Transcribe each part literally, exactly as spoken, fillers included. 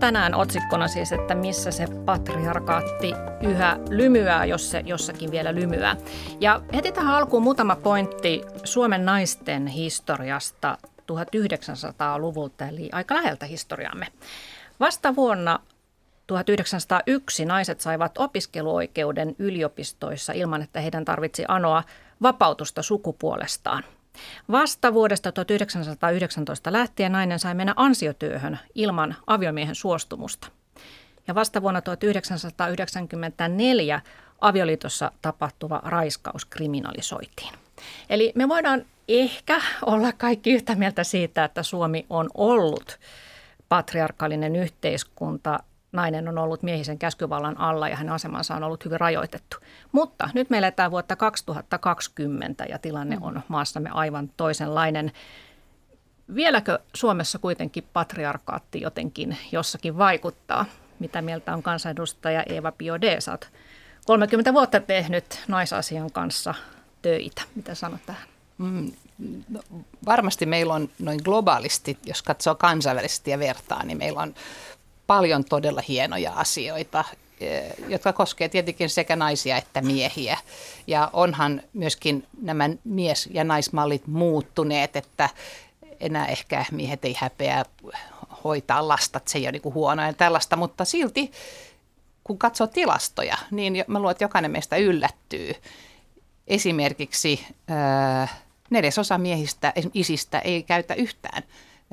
tänään otsikkona siis, että missä se patriarkaatti yhä lymyää, jos se jossakin vielä lymyää. Ja heti tähän alkuun muutama pointti Suomen naisten historiasta tuhatyhdeksänsataaluvulta, eli aika läheltä historiaamme. Vasta vuonna tuhatyhdeksänsataayksi naiset saivat opiskeluoikeuden yliopistoissa ilman, että heidän tarvitsi anoa vapautusta sukupuolestaan. Vasta vuodesta tuhatyhdeksänsataayhdeksäntoista lähtien nainen sai mennä ansiotyöhön ilman aviomiehen suostumusta. Ja vasta vuonna tuhatyhdeksänsataayhdeksänkymmentäneljä avioliitossa tapahtuva raiskaus kriminalisoitiin. Eli me voidaan ehkä olla kaikki yhtä mieltä siitä, että Suomi on ollut patriarkaalinen yhteiskunta. Nainen on ollut miehisen käskyvallan alla ja hänen asemansa on ollut hyvin rajoitettu. Mutta nyt me eletään vuotta kaksituhattakaksikymmentä ja tilanne on maassamme aivan toisenlainen. Vieläkö Suomessa kuitenkin patriarkaatti jotenkin jossakin vaikuttaa? Mitä mieltä on kansanedustaja Eeva Biaudet? Sä oot kolmekymmentä vuotta tehnyt naisasian kanssa töitä. Mitä sanot tähän? Mm, no, varmasti meillä on noin globaalisti, jos katsoo kansainvälisesti ja vertaa, niin meillä on paljon todella hienoja asioita, jotka koskee tietenkin sekä naisia että miehiä. Ja onhan myöskin nämä mies- ja naismallit muuttuneet, että enää ehkä miehet ei häpeä hoitaa lasta, että se ei ole niin kuin huonoa ja tällaista, mutta silti kun katsoo tilastoja, niin mä luulen, että jokainen meistä yllättyy. Esimerkiksi neljäsosa miehistä, isistä ei käytä yhtään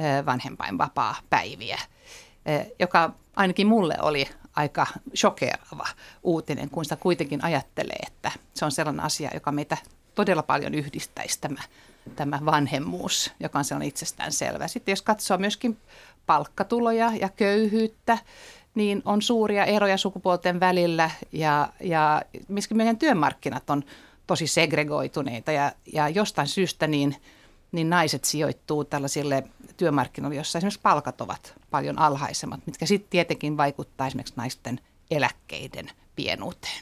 vanhempainvapaa-päiviä, joka ainakin mulle oli aika shokeeraava uutinen, kun sitä kuitenkin ajattelee, että se on sellainen asia, joka meitä todella paljon yhdistäisi tämä, tämä vanhemmuus, joka on sellainen itsestäänselvä. Sitten jos katsoo myöskin palkkatuloja ja köyhyyttä, niin on suuria eroja sukupuolten välillä ja, ja myöskin meidän työmarkkinat on tosi segregoituneita ja, ja jostain syystä niin niin naiset sijoittuu tällaisille työmarkkinoille, jossa esimerkiksi palkat ovat paljon alhaisemmat, mitkä sitten tietenkin vaikuttaa esimerkiksi naisten eläkkeiden pienuuteen.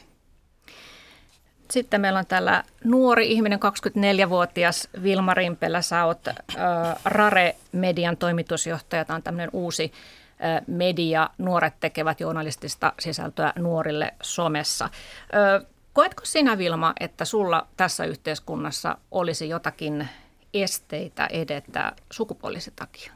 Sitten meillä on täällä nuori ihminen, kaksikymmentäneljävuotias Vilma Rimpelä. Sä oot äh, Rare-median toimitusjohtaja. Tämä on tämmöinen uusi äh, media. Nuoret tekevät journalistista sisältöä nuorille somessa. Äh, koetko sinä, Vilma, että sulla tässä yhteiskunnassa olisi jotakin esteitä edetä sukupuolisen takia?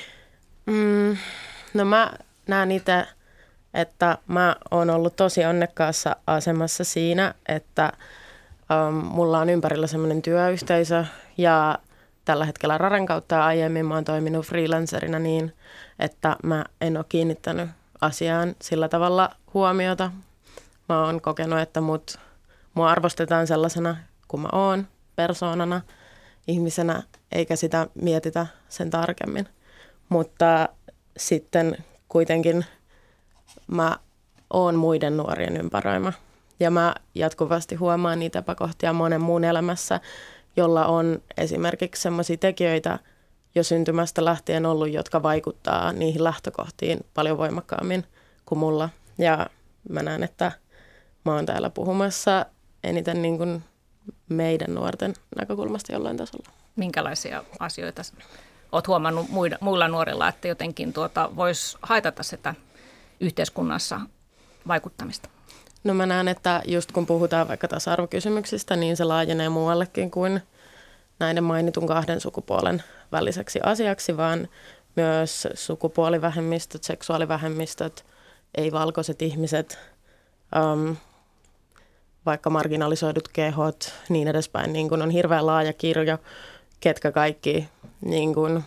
Mm, no mä näen itse, että mä oon ollut tosi onnekkaassa asemassa siinä, että um, mulla on ympärillä semmoinen työyhteisö ja tällä hetkellä Raren kautta ja aiemmin mä oon toiminut freelancerina niin, että mä en ole kiinnittänyt asiaan sillä tavalla huomiota. Mä oon kokenut, että mut, mua arvostetaan sellaisena kuin mä oon persoonana, ihmisenä, eikä sitä mietitä sen tarkemmin. Mutta sitten kuitenkin mä oon muiden nuorien ympäröimä. Ja mä jatkuvasti huomaan niitä epäkohtia monen muun elämässä, jolla on esimerkiksi sellaisia tekijöitä jo syntymästä lähtien ollut, jotka vaikuttaa niihin lähtökohtiin paljon voimakkaammin kuin mulla. Ja mä näen, että mä oon täällä puhumassa eniten niin kuin meidän nuorten näkökulmasta jollain tasolla. Minkälaisia asioita olet huomannut muilla, muilla nuorilla, että jotenkin tuota, voisi haitata sitä yhteiskunnassa vaikuttamista? No mä näen, että just kun puhutaan vaikka tasa-arvokysymyksistä, niin se laajenee muuallekin kuin näiden mainitun kahden sukupuolen väliseksi asiaksi, vaan myös sukupuolivähemmistöt, seksuaalivähemmistöt, ei-valkoiset ihmiset, um, vaikka marginalisoidut kehot, niin edespäin. Niin kun on hirveän laaja kirjo, ketkä kaikki niin kun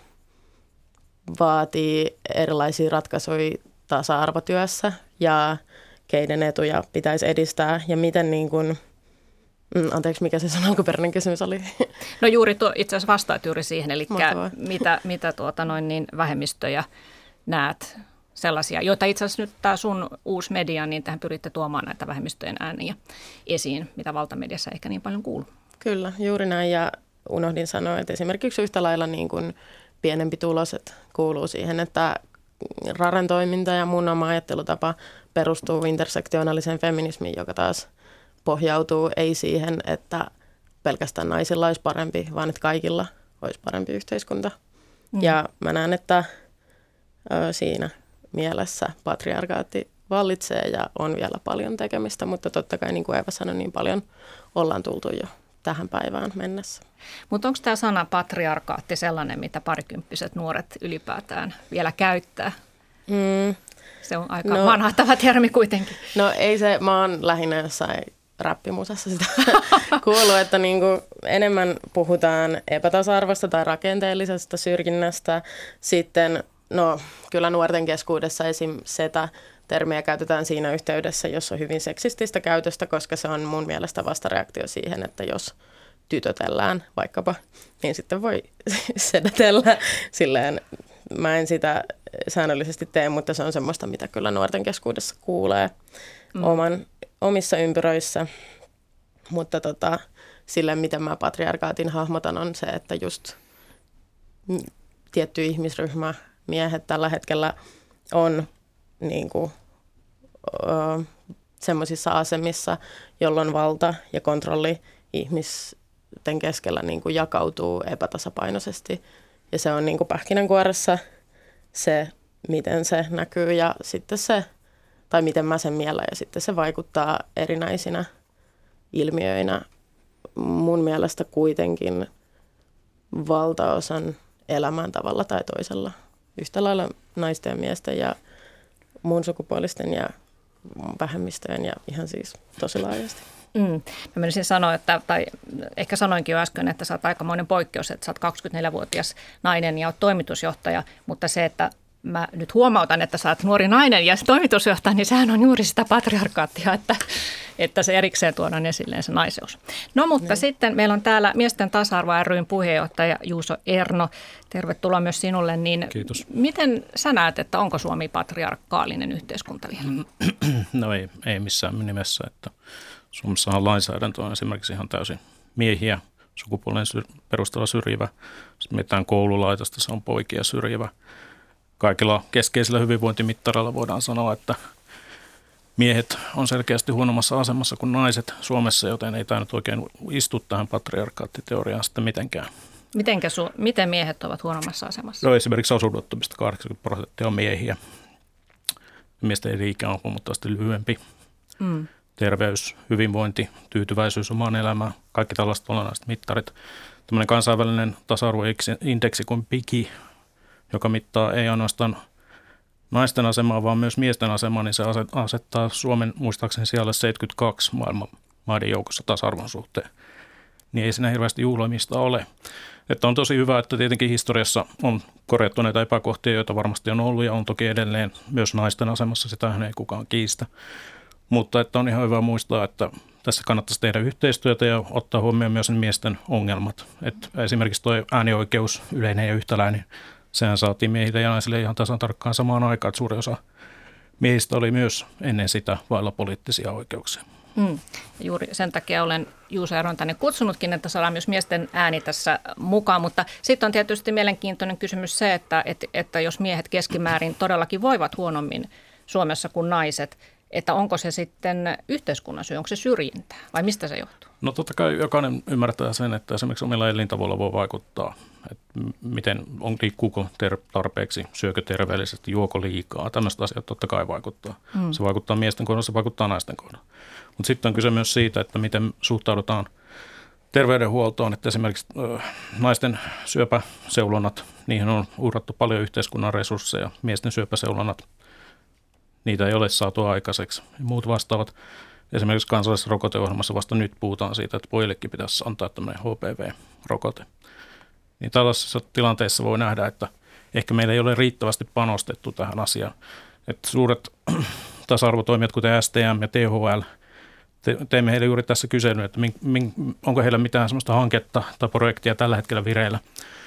vaatii erilaisia ratkaisuja tasa-arvotyössä ja keiden etuja pitäisi edistää ja miten niin kun, anteeksi, mikä se sun alkuperäinen kysymys oli? No juuri tuo, itse asiassa vastaat juuri siihen, eli mitä, mitä tuota noin niin vähemmistöjä näet sellaisia, joita itse asiassa nyt tämä sun uusi media, niin tähän pyritte tuomaan näitä vähemmistöjen ääniä esiin, mitä valtamediassa ehkä niin paljon kuuluu. Kyllä, juuri näin ja unohdin sanoa, että esimerkiksi yhtä lailla niin kuin pienempi tuloset kuuluu siihen, että Raren toiminta ja mun oma ajattelutapa perustuu intersektionaaliseen feminismiin, joka taas pohjautuu ei siihen, että pelkästään naisilla olisi parempi, vaan että kaikilla olisi parempi yhteiskunta. Mm. Ja mä näen, että ö, siinä mielessä patriarkaatti vallitsee ja on vielä paljon tekemistä, mutta totta kai niin kuin Eeva sanoi, niin paljon ollaan tultu jo tähän päivään mennessä. Mutta onko tämä sana patriarkaatti sellainen, mitä parikymppiset nuoret ylipäätään vielä käyttää? Mm. Se on aika no, vanhahtava termi kuitenkin. No ei se, mä oon lähinnä jossain räppimusassa sitä kuullut, että niinku enemmän puhutaan epätasa-arvosta tai rakenteellisesta syrjinnästä. Sitten no kyllä nuorten keskuudessa esim. Seta termiä käytetään siinä yhteydessä, jos on hyvin seksististä käytöstä, koska se on mun mielestä vastareaktio siihen, että jos tytötellään vaikkapa, niin sitten voi sedätellä. Silleen mä en sitä säännöllisesti tee, mutta se on semmoista, mitä kyllä nuorten keskuudessa kuulee mm. oman, omissa ympyröissä. Mutta tota, silleen, miten mä patriarkaatin hahmotan, on se, että just tietty ihmisryhmä, miehet tällä hetkellä on niin kuin, ö, semmoisissa asemissa, jolloin valta ja kontrolli ihmisten keskellä niin kuin jakautuu epätasapainoisesti. Ja se on niin kuin pähkinänkuoressa se, miten se näkyy ja sitten se, tai miten mä sen miellän, ja sitten se vaikuttaa erinäisinä ilmiöinä. Mun mielestä kuitenkin valtaosan elämän tavalla tai toisella. Yhtä lailla naisten ja miesten ja muun sukupuolisten ja vähemmistöjen ja ihan siis tosi laajasti. Mm. Mä menisin sanoa, että, tai ehkä sanoinkin jo äsken, että sä oot aikamoinen poikkeus, että sä oot kaksikymmentäneljävuotias nainen ja oot toimitusjohtaja, mutta se, että mä nyt huomautan, että sä oot nuori nainen ja toimitusjohtaja, niin sehän on juuri sitä patriarkaattia, että, että se erikseen tuodaan esilleen se naiseus. No mutta no. Sitten meillä on täällä Miesten tasa-arvo ry:n puheenjohtaja Juuso Erno. Tervetuloa myös sinulle. Niin kiitos. Miten sä näet, että onko Suomi patriarkaalinen yhteiskunta vielä? No ei, ei missään nimessä, että Suomessahan lainsäädäntö on esimerkiksi ihan täysin miehiä, sukupuolen syr- perusteella syrjivä. Sitten mietitään koululaitosta, se on poikia syrjivä. Kaikilla keskeisillä hyvinvointimittareilla voidaan sanoa, että miehet on selkeästi huonommassa asemassa kuin naiset Suomessa, joten ei tämä nyt oikein istu tähän patriarkaattiteoriaan sitten mitenkään. Mitenkä su- miten miehet ovat huonommassa asemassa? No esimerkiksi asunnottomista kahdeksankymmentä prosenttia on miehiä. Miesten eli-ikä on huomattavasti lyhyempi. Mm. Terveys, hyvinvointi, tyytyväisyys omaan elämään, kaikki tällaiset olennaiset mittarit. Tällainen kansainvälinen tasa-arvoindeksi kuin P I G I, joka mittaa ei ainoastaan naisten asemaa, vaan myös miesten asemaa, niin se asettaa Suomen muistaakseni siellä seitsemänkymmentäkaksi maailman maiden joukossa tasa-arvon suhteen. Niin ei siinä hirveästi juhlamista ole. Että on tosi hyvä, että tietenkin historiassa on korjattu näitä epäkohtia, joita varmasti on ollut ja on toki edelleen myös naisten asemassa, sitähän ei kukaan kiistä. Mutta että on ihan hyvä muistaa, että tässä kannattaisi tehdä yhteistyötä ja ottaa huomioon myös miesten ongelmat. Että esimerkiksi tuo äänioikeus, yleinen ja yhtäläinen, sehän saatiin miehille ja naisille ihan tasan tarkkaan samaan aikaan, että suuri osa miehistä oli myös ennen sitä vailla poliittisia oikeuksia. Mm. Juuri sen takia olen Juuso Ernon tänne kutsunutkin, että saadaan myös miesten ääni tässä mukaan, mutta sitten on tietysti mielenkiintoinen kysymys se, että, että, että jos miehet keskimäärin todellakin voivat huonommin Suomessa kuin naiset, että onko se sitten yhteiskunnan syy, onko se syrjintää vai mistä se johtuu? No totta kai jokainen ymmärtää sen, että esimerkiksi omilla elintavoilla voi vaikuttaa, että miten on, liikkuuko ter- tarpeeksi, syökö terveellisesti, juoko liikaa, tämmöistä asiat totta kai vaikuttaa. Mm. Se vaikuttaa miesten kohdalla, se vaikuttaa naisten kohdalla. Mutta sitten on kyse myös siitä, että miten suhtaudutaan terveydenhuoltoon, että esimerkiksi ö, naisten syöpäseulonnat, niihin on uhrattu paljon yhteiskunnan resursseja, miesten syöpäseulonnat, niitä ei ole saatu aikaiseksi. Muut vastaavat. Esimerkiksi kansallisessa rokoteohjelmassa vasta nyt puhutaan siitä, että pojillekin pitäisi antaa tämmöinen H P V-rokote. Niin tällaisessa tilanteessa voi nähdä, että ehkä meillä ei ole riittävästi panostettu tähän asiaan. Että suuret tasa-arvotoimijat, kuten S T M ja T H L, te, teimme heille juuri tässä kyselyn, että min, min, onko heillä mitään sellaista hanketta tai projektia tällä hetkellä vireillä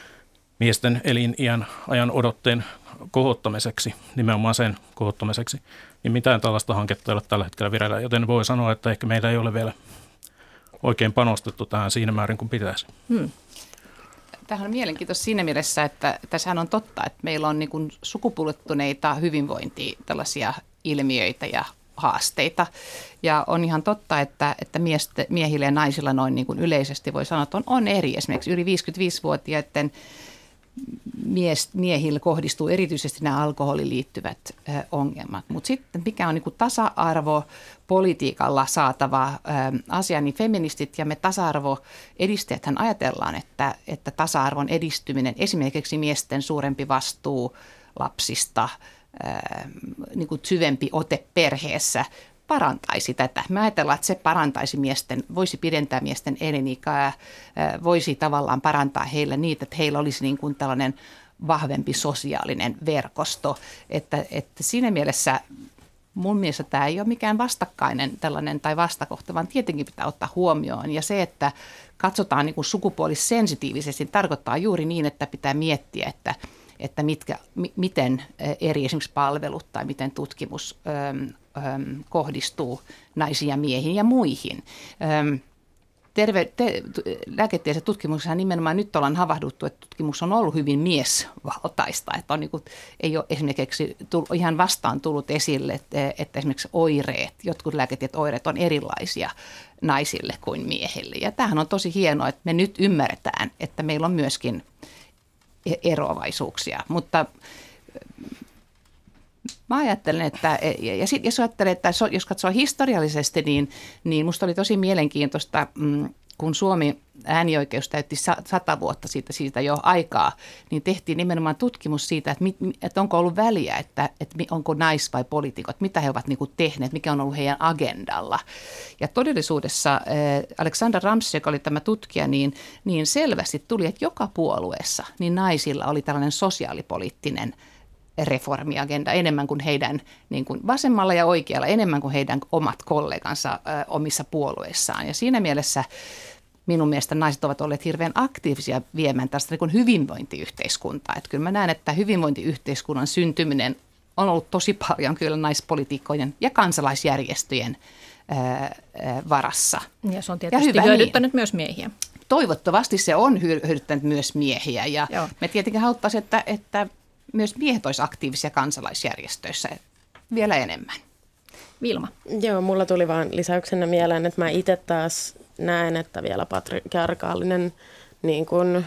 miesten eliniän ajan odotteen kohottamiseksi, nimenomaan sen kohottamiseksi, niin mitään tällaista hanketta ei ole tällä hetkellä vireillä, joten voi sanoa, että ehkä meillä ei ole vielä oikein panostettu tähän siinä määrin kuin pitäisi. Hmm. Tämähän on mielenkiintoista siinä mielessä, että tässähän on totta, että meillä on niin kuin sukupuolittuneita hyvinvointia, tällaisia ilmiöitä ja haasteita. Ja on ihan totta, että, että miestä, miehillä ja naisilla noin niin kuin yleisesti voi sanoa, että on, on eri. Esimerkiksi yli viisikymmentäviisivuotiaiden mies, miehillä kohdistuu erityisesti nämä alkoholiin liittyvät ongelmat. Mutta sitten mikä on niin kuin tasa-arvopolitiikalla saatava asia, niin feministit ja me tasa-arvoedistäjäthän ajatellaan, että, että tasa-arvon edistyminen, esimerkiksi miesten suurempi vastuu lapsista, niin kuin syvempi ote perheessä, parantaisi tätä. Me ajatellaan, että se parantaisi miesten, voisi pidentää miesten elinikää, voisi tavallaan parantaa heille niitä, että heillä olisi niin kuin tällainen vahvempi sosiaalinen verkosto. Että, että siinä mielessä mun mielestä tämä ei ole mikään vastakkainen tällainen tai vastakohta, vaan tietenkin pitää ottaa huomioon. Ja se, että katsotaan niin kuin sukupuolisensitiivisesti, tarkoittaa juuri niin, että pitää miettiä, että että mitkä, m- miten eri esimerkiksi palvelut tai miten tutkimus äm, äm, kohdistuu naisiin ja miehiin ja muihin. Äm, terve, te, lääketieteellisessä tutkimuksessa nimenomaan nyt ollaan havahduttu, että tutkimus on ollut hyvin miesvaltaista, että on niin kuin, ei ole esimerkiksi tullut, ihan vastaan tullut esille, että, että esimerkiksi oireet, jotkut lääketieteelliset oireet on erilaisia naisille kuin miehille. Ja tämähän on tosi hienoa, että me nyt ymmärretään, että meillä on myöskin eroavaisuuksia, mutta mä ajattelen, että ja sit, jos ajattelen, että jos katsoo historiallisesti, niin, niin musta oli tosi mielenkiintoista, kun Suomi äänioikeus täytti sata vuotta siitä, siitä jo aikaa, niin tehtiin nimenomaan tutkimus siitä, että, että onko ollut väliä, että, että onko nais- vai poliitikot, mitä he ovat niin kuin tehneet, mikä on ollut heidän agendalla. Ja todellisuudessa Alexander Ramsey, joka oli tämä tutkija, niin, niin selvästi tuli, että joka puolueessa niin naisilla oli tällainen sosiaalipoliittinen reformiagenda enemmän kuin heidän niin kuin vasemmalla ja oikealla, enemmän kuin heidän omat kollegansa ö, omissa puolueissaan. Ja siinä mielessä minun mielestä naiset ovat olleet hirveän aktiivisia viemään tästä niin kuin hyvinvointiyhteiskuntaa. Että kyllä mä näen, että hyvinvointiyhteiskunnan syntyminen on ollut tosi paljon kyllä naispolitiikkojen ja kansalaisjärjestöjen ö, ö, varassa. Ja se on tietysti ja hyödyttänyt niin. myös miehiä. Toivottavasti se on hyödyttänyt myös miehiä ja Joo. me tietenkin haluttaisiin, että, että myös miehet olisi aktiivisia kansalaisjärjestöissä vielä enemmän. Vilma. Joo, mulla tuli vaan lisäyksenä mieleen, että mä itse taas näen, että vielä patriarkaalinen niin kun,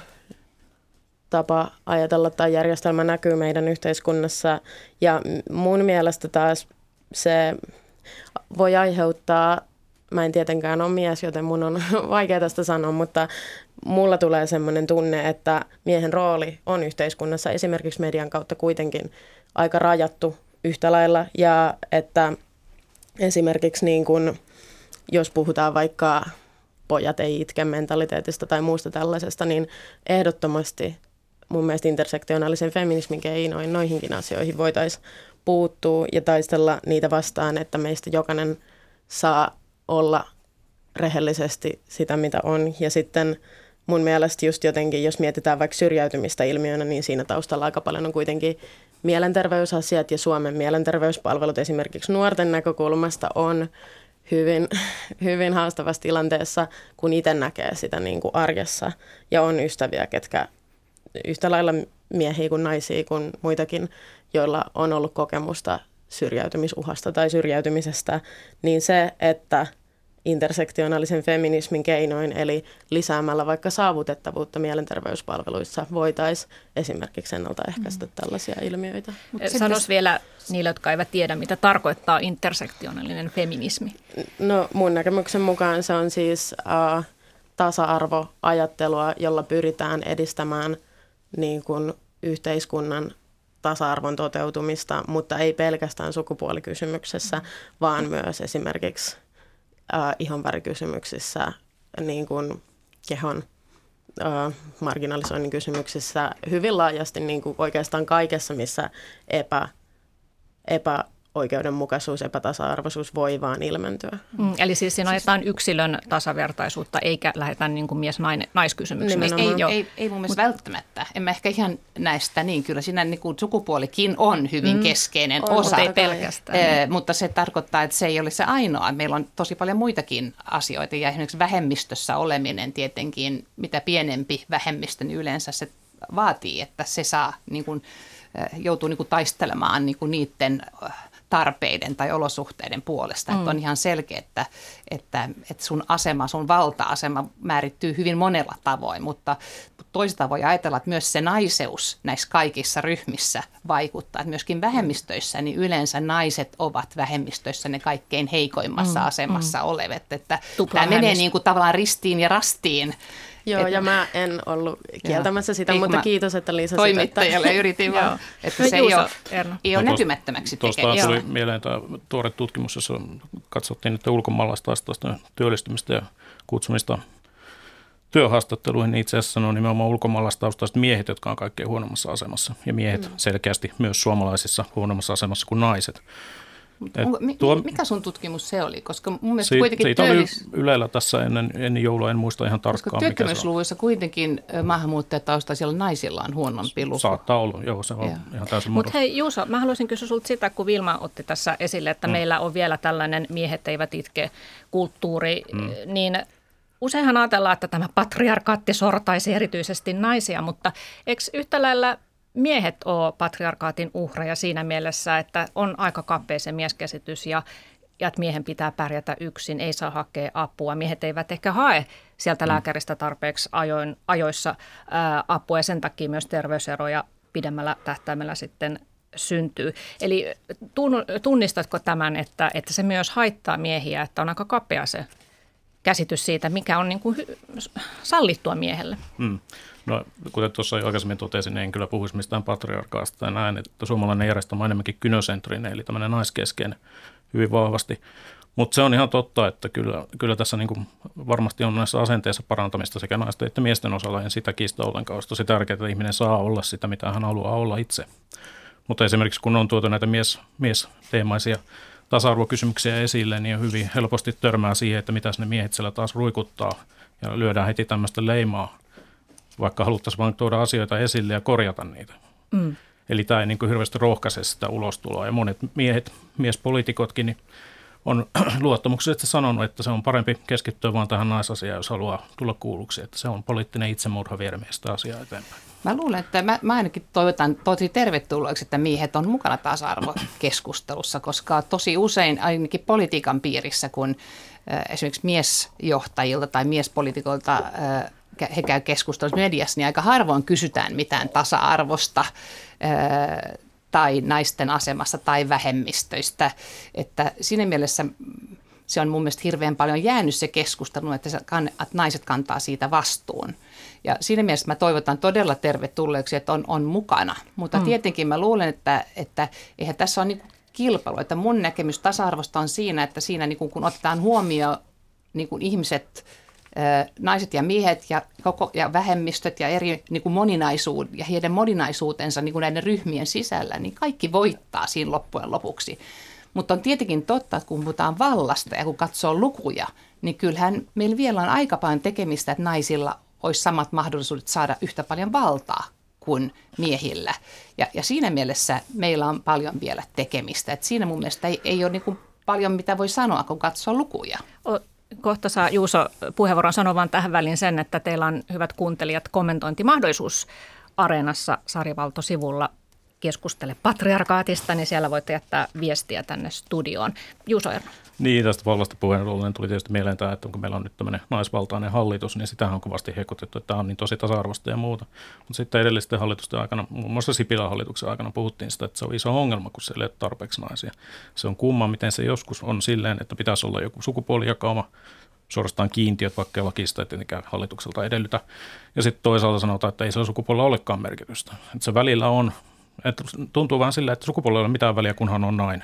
tapa ajatella tai järjestelmä näkyy meidän yhteiskunnassa. Ja mun mielestä taas se voi aiheuttaa, mä en tietenkään ole mies, joten mun on vaikea tästä sanoa, mutta mulla tulee semmoinen tunne, että miehen rooli on yhteiskunnassa esimerkiksi median kautta kuitenkin aika rajattu yhtä lailla. Ja että esimerkiksi niin kun, jos puhutaan vaikka pojat ei itke mentaliteetista tai muusta tällaisesta, niin ehdottomasti mun mielestä intersektionaalisen feminismin keinoin noihinkin asioihin voitaisiin puuttua ja taistella niitä vastaan, että meistä jokainen saa olla rehellisesti sitä, mitä on. Ja sitten mun mielestä just jotenkin, jos mietitään vaikka syrjäytymistä ilmiönä, niin siinä taustalla aika paljon on kuitenkin mielenterveysasiat ja Suomen mielenterveyspalvelut esimerkiksi nuorten näkökulmasta on hyvin, hyvin haastavassa tilanteessa, kun itse näkee sitä niin kuin arjessa ja on ystäviä, ketkä yhtä lailla miehiä kuin naisia kuin muitakin, joilla on ollut kokemusta syrjäytymisuhasta tai syrjäytymisestä, niin se, että intersektionaalisen feminismin keinoin, eli lisäämällä vaikka saavutettavuutta mielenterveyspalveluissa, voitaisiin esimerkiksi ennaltaehkäistä mm. tällaisia ilmiöitä. Sanois vielä niille, jotka eivät tiedä, mitä tarkoittaa intersektionaalinen feminismi. No mun näkemyksen mukaan se on siis äh, tasa-arvoajattelua, jolla pyritään edistämään niin kuin yhteiskunnan tasa-arvon toteutumista, mutta ei pelkästään sukupuolikysymyksessä, mm. vaan myös esimerkiksi Uh, ihonvärikysymyksissä, niin kuin kehon uh, marginalisoinnin kysymyksissä, hyvin laajasti niin kuin oikeastaan kaikessa, missä epä, epäoikeudenmukaisuus, epätasa-arvoisuus voi vaan ilmentyä. Mm, eli siis siinä ajetaan yksilön tasavertaisuutta, eikä lähdetä niin kuin mies-naiskysymyksiin. Ei, ei, ei, ei mun mielestä Mut, välttämättä. En mä ehkä ihan näistä niin. Kyllä siinä niin kuin sukupuolikin on hyvin mm, keskeinen on, osa. Mutta ei pelkästään. Eh, mutta se tarkoittaa, että se ei ole se ainoa. Meillä on tosi paljon muitakin asioita ja esimerkiksi vähemmistössä oleminen tietenkin, mitä pienempi vähemmistö, niin yleensä se vaatii, että se saa niin kuin, joutuu niin kuin taistelemaan niin kuin niiden tarpeiden tai olosuhteiden puolesta. Mm. Että on ihan selkeä, että, että, että sun asema, sun valta-asema määrittyy hyvin monella tavoin, mutta toisaalta voi ajatella, että myös se naiseus näissä kaikissa ryhmissä vaikuttaa. Että myöskin vähemmistöissä, niin yleensä naiset ovat vähemmistöissä ne kaikkein heikoimmassa mm. asemassa mm. olevat. Että tämä menee niin kuin tavallaan ristiin ja rastiin. Joo, et, ja mä en ollut kieltämässä sitä, mutta kiitos, että lisäsit. Toimittajalle yritin vaan, että se ei ole, ei ole no, näkymättömäksi tekemistä. Tuosta tuli mieleen tämä tuore tutkimus, jossa katsottiin, että ulkomaalaistaustaista työllistymistä ja kutsumista työhaastatteluihin, niin itse asiassa on nimenomaan ulkomaalaistaustaiset miehet, jotka on kaikkein huonommassa asemassa. Ja miehet mm. selkeästi myös suomalaisissa huonommassa asemassa kuin naiset. Onko, tuo, mikä sun tutkimus se oli? Koska mun mielestä se, kuitenkin siitä työllis... oli Ylellä tässä ennen, ennen joulua, en muista ihan tarkkaan. Koska työttömyysluvuissa kuitenkin maahanmuuttajataustaisilla naisilla on huonompi luku. Saattaa olla, joo, se on ja. ihan täysin Mutta hei Juuso, mä haluaisin kysyä sulta sitä, kun Vilma otti tässä esille, että mm. meillä on vielä tällainen miehet eivät itke -kulttuuri, mm. niin useinhan ajatellaan, että tämä patriarkaatti sortaisi erityisesti naisia, mutta eikö yhtä lailla miehet ole patriarkaatin uhreja siinä mielessä, että on aika kapea se mieskäsitys ja, ja että miehen pitää pärjätä yksin, ei saa hakea apua. Miehet eivät ehkä hae sieltä lääkäristä tarpeeksi ajoin, ajoissa ää, apua ja sen takia myös terveyseroja pidemmällä tähtäimellä sitten syntyy. Eli tunnistatko tämän, että, että se myös haittaa miehiä, että on aika kapea se käsitys siitä, mikä on niin kuin sallittua miehelle? Hmm. No, kuten tuossa jo aikaisemmin totesin, niin en kyllä puhuisi mistään patriarkaasta tai näin, että suomalainen järjestelmä on enemmänkin kynosentrinen, eli tämmöinen naiskeskeinen hyvin vahvasti. Mutta se on ihan totta, että kyllä, kyllä tässä niin kuin varmasti on näissä asenteissa parantamista sekä naisten että miesten osalla, en sitä kiistä ollenkaan. Olisi tosi tärkeää, että ihminen saa olla sitä, mitä hän haluaa olla itse. Mutta esimerkiksi kun on tuotu näitä mies, miesteemaisia tasa-arvokysymyksiä esille, niin on hyvin helposti törmää siihen, että mitä ne miehet siellä taas ruikuttaa ja lyödään heti tämmöistä leimaa, vaikka haluttaisiin vain tuoda asioita esille ja korjata niitä. Mm. Eli tämä ei niin kuin hirveästi rohkaise sitä ulostuloa. Ja monet miehet, miespoliitikotkin, niin on luottamuksellisesti sanonut, että se on parempi keskittyä vaan tähän naisasiaan, jos haluaa tulla kuulluksi. Että se on poliittinen itsemurha viedä miestä asiaa eteenpäin. Mä luulen, että mä, mä ainakin toivotan tosi tervetulleeksi, että miehet on mukana tasa-arvokeskustelussa, koska tosi usein ainakin politiikan piirissä, kun äh, esimerkiksi miesjohtajilta tai miespoliitikoilta äh, he käy keskustelussa mediassa, niin aika harvoin kysytään mitään tasa-arvosta ää, tai naisten asemasta tai vähemmistöistä. Että siinä mielessä se on mun mielestä hirveän paljon jäänyt se keskustelu, että, se, että naiset kantaa siitä vastuun. Ja siinä mielessä mä toivotan todella tervetulleeksi, että on, on mukana. Mutta mm. tietenkin mä luulen, että, että eihän tässä ole niin kilpailu. Että mun näkemys tasa-arvosta on siinä, että siinä niin kun otetaan huomioon niin kun ihmiset, naiset ja miehet ja, koko, ja vähemmistöt ja eri niin kuin moninaisuud, ja heidän moninaisuutensa niin kuin näiden ryhmien sisällä, niin kaikki voittaa siinä loppujen lopuksi. Mutta on tietenkin totta, että kun puhutaan vallasta ja kun katsoo lukuja, niin kyllähän meillä vielä on aika paljon tekemistä, että naisilla olisi samat mahdollisuudet saada yhtä paljon valtaa kuin miehillä. Ja, ja siinä mielessä meillä on paljon vielä tekemistä. Et siinä mun mielestä ei, ei ole niin kuin paljon mitä voi sanoa, kun katsoo lukuja. O- Kohta saa Juuso puheenvuoron sanoa vaan tähän väliin sen, että teillä on hyvät kuuntelijat kommentointimahdollisuus Areenassa sarjavaltosivulla. Keskustele patriarkaatista, niin siellä voitte jättää viestiä tänne studioon. Juuso Erno. Niin, tästä vallasta puheen ollen tuli tietysti mieleen tämä, että kun meillä on nyt tämmöinen naisvaltainen hallitus, niin sitähän on kovasti hekutettu, että tämä on niin tosi tasa-arvoista ja muuta. Mutta sitten edellisten hallitusten aikana, muun muassa Sipilän hallituksen aikana puhuttiin sitä, että se on iso ongelma, kun siellä ei ole tarpeeksi naisia. Se on kumma, miten se joskus on silleen, että pitäisi olla joku sukupuolijakauma, suorastaan kiintiöt, vaikka lakista ei tietenkään hallitukselta edellytä. Ja sitten toisaalta sanotaan, että ei sillä sukupuolella olekaan merkitystä. Että se välillä on, että tuntuu vähän silleen, että sukupuolella ei ole mitään väliä, kunhan on nainen.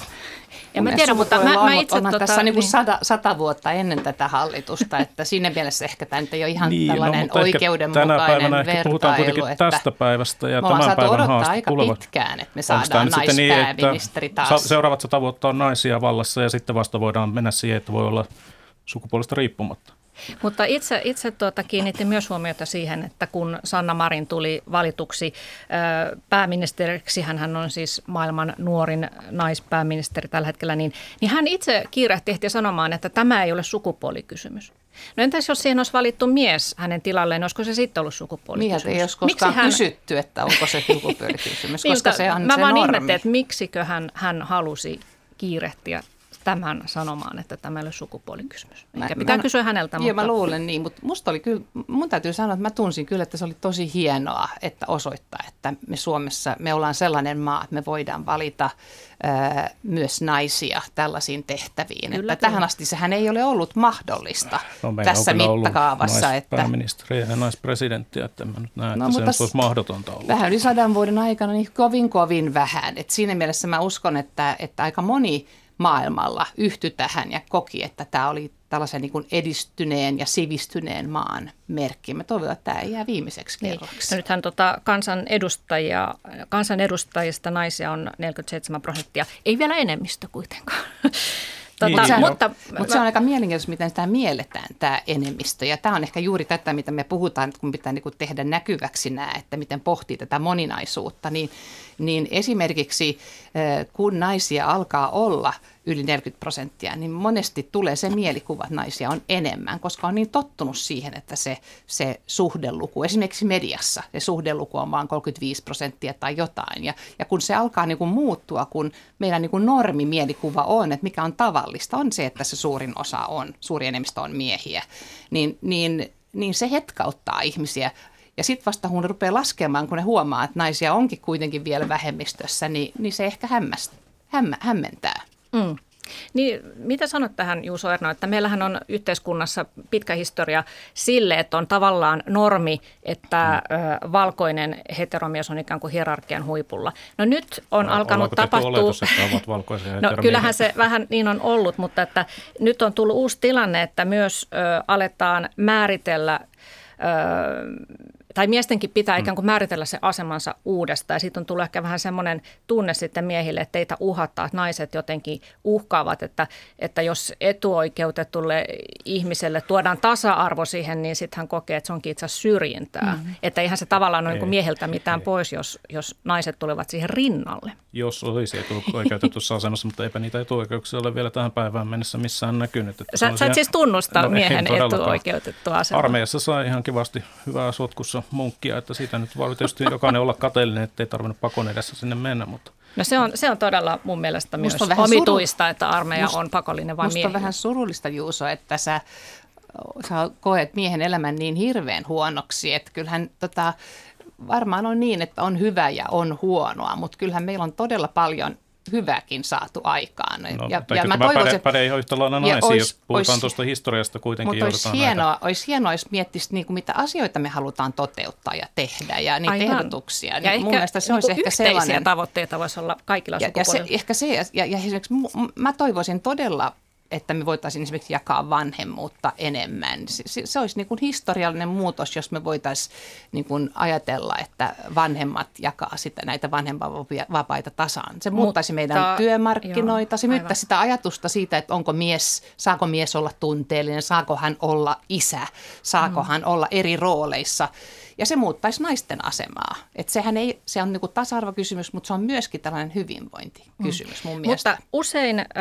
En mä tiedä, mutta mä, mä itse... Onhan tota, tässä niin kuin sata, sata vuotta ennen tätä hallitusta, että siinä mielessä ehkä tämä nyt ei ole ihan niin, tällainen no, oikeudenmukainen tänä päivänä vertailu. Ehkä puhutaan kuitenkin että tästä päivästä ja tämän päivän haaste tulevat. Aika pitkään, että me saadaan naispääministeri niin, taas. Seuraavat sata vuotta on naisia vallassa ja sitten vasta voidaan mennä siihen, että voi olla sukupuolesta riippumatta. Mutta itse, itse tuota, kiinnitin myös huomiota siihen, että kun Sanna Marin tuli valituksi pääministeriksi, hän on siis maailman nuorin naispääministeri tällä hetkellä, niin, niin hän itse kiirehti ehti sanomaan, että tämä ei ole sukupuolikysymys. No entäs jos siihen olisi valittu mies hänen tilalleen, olisiko se sitten ollut sukupuolikysymys? Miehet ei olisi koskaan hän... kysytty, että onko se sukupuolikysymys, koska se on mä se vaan normi. ihmettelin, että miksikö hän, hän halusi kiirehtiä tämän sanomaan, että tämä ei ole sukupuolikysymys. Eikä pitää mä, kysyä häneltä. Joo, mutta... mä luulen niin, mutta musta oli kyllä, mun täytyy sanoa, että mä tunsin kyllä, että se oli tosi hienoa, että osoittaa, että me Suomessa, me ollaan sellainen maa, että me voidaan valita ää, myös naisia tällaisiin tehtäviin. Kyllä, että tähän asti sehän ei ole ollut mahdollista no, tässä mittakaavassa. Että pääministeriä ja naispresidenttiä, että mä nyt näen, no, että se nyt olisi mahdotonta olla. Vähän yli sadan vuoden aikana niin kovin kovin vähän. Et siinä mielessä mä uskon, että, että aika moni maailmalla yhtyi tähän ja koki, että tämä oli tällaisen niin kuin edistyneen ja sivistyneen maan merkki. Mä toivon, että tämä ei jää viimeiseksi kerraksi. Niin. No nythän tota kansanedustajia, kansanedustajista naisia on neljäkymmentäseitsemän prosenttia, ei vielä enemmistö kuitenkaan. Tota, niin, mutta mutta se on aika mielenkiintoista, miten sitä mielletään, tämä enemmistö. Ja tämä on ehkä juuri tätä, mitä me puhutaan, kun pitää niin kuin tehdä näkyväksi nämä, että miten pohtii tätä moninaisuutta. Niin, niin esimerkiksi kun naisia alkaa olla yli neljäkymmentä prosenttia, niin monesti tulee se mielikuva, että naisia on enemmän, koska on niin tottunut siihen, että se, se suhdeluku, esimerkiksi mediassa, se suhdeluku on vain kolmekymmentäviisi prosenttia tai jotain. Ja, ja kun se alkaa niin kuin muuttua, kun meidän niin kuin normimielikuva on, että mikä on tavallista, on se, että se suurin osa on, suuri enemmistö on miehiä, niin, niin, niin se hetkauttaa ihmisiä. Ja sitten vasta kun ne rupeaa laskemaan, kun ne huomaa, että naisia onkin kuitenkin vielä vähemmistössä, niin, niin se ehkä hämmäst, hämmä, hämmentää. Mm. Niin, mitä sanot tähän, Juuso Erno, että meillähän on yhteiskunnassa pitkä historia sille, että on tavallaan normi, että mm. valkoinen heteromies on ikään kuin hierarkian huipulla. No nyt on no, alkanut tapahtua... Oletus, että ovat valkoisia no kyllähän se vähän niin on ollut, mutta että nyt on tullut uusi tilanne, että myös ö, aletaan määritellä... Ö, tai miestenkin pitää ikään kuin määritellä se asemansa uudestaan. Ja siitä on tullut ehkä vähän semmoinen tunne sitten miehille, että teitä uhataan, että naiset jotenkin uhkaavat, että, että jos etuoikeutetulle ihmiselle tuodaan tasa-arvo siihen, niin sitten hän kokee, että se onkin itse asiassa syrjintää. Mm-hmm. Että eihän se tavallaan ole niin kuin mieheltä mitään ei. pois, jos, jos naiset tulevat siihen rinnalle. Jos olisi etuoikeutetussa asemassa, mutta eipä niitä etuoikeuksia ole vielä tähän päivään mennessä missään näkynyt. Että sä sä et siis tunnusta no, miehen etuoikeutettua asemaa. Armeijassa sai ihan kivasti hyvää sotkussa munkkia, että siitä nyt voi tietysti jokainen olla kateellinen, ettei tarvinnut pakon edessä sinne mennä. Mutta. No se on, se on todella mun mielestä myös omituista, suru... että armeija Must, on pakollinen vain miehille. Musta on vähän surullista, Juuso, että sä, sä koet miehen elämän niin hirveän huonoksi, että kyllähän tota, varmaan on niin, että on hyvä ja on huonoa, mutta kyllähän meillä on todella paljon hyvääkin saatu aikaan. No, ja, ja mä toivoisin, että päde ihan yhtä lailla naisia, ois, jos puhutaan ois, tuosta historiasta kuitenkin. Mutta olisi hienoa, olisi hienoa, jos miettisi, niin kuin, mitä asioita me halutaan toteuttaa ja tehdä ja niitä Aivan. ehdotuksia. Ja niin, ehkä, mun mielestä se niin olisi ehkä sellainen. tavoitteita voisi olla kaikilla ja, sukupuolilla. Ja se, ehkä se, ja, ja esimerkiksi mä toivoisin todella, että me voitaisiin esimerkiksi jakaa vanhemmuutta enemmän. Se, se olisi niin kuin historiallinen muutos, jos me voitaisiin niin kuin ajatella, että vanhemmat jakaa sitä, näitä vanhempainvapaita tasaan. Se muuttaisi Mutta, meidän työmarkkinoita, joo, se muuttaisi sitä ajatusta siitä, että onko mies, saako mies olla tunteellinen, saako hän olla isä, saako mm. hän olla eri rooleissa. Ja se muuttaisi naisten asemaa. Että sehän ei, se on niin kuin tasa-arvokysymys, mutta se on myöskin tällainen hyvinvointikysymys mun mm. mielestä. Mutta usein... Äh,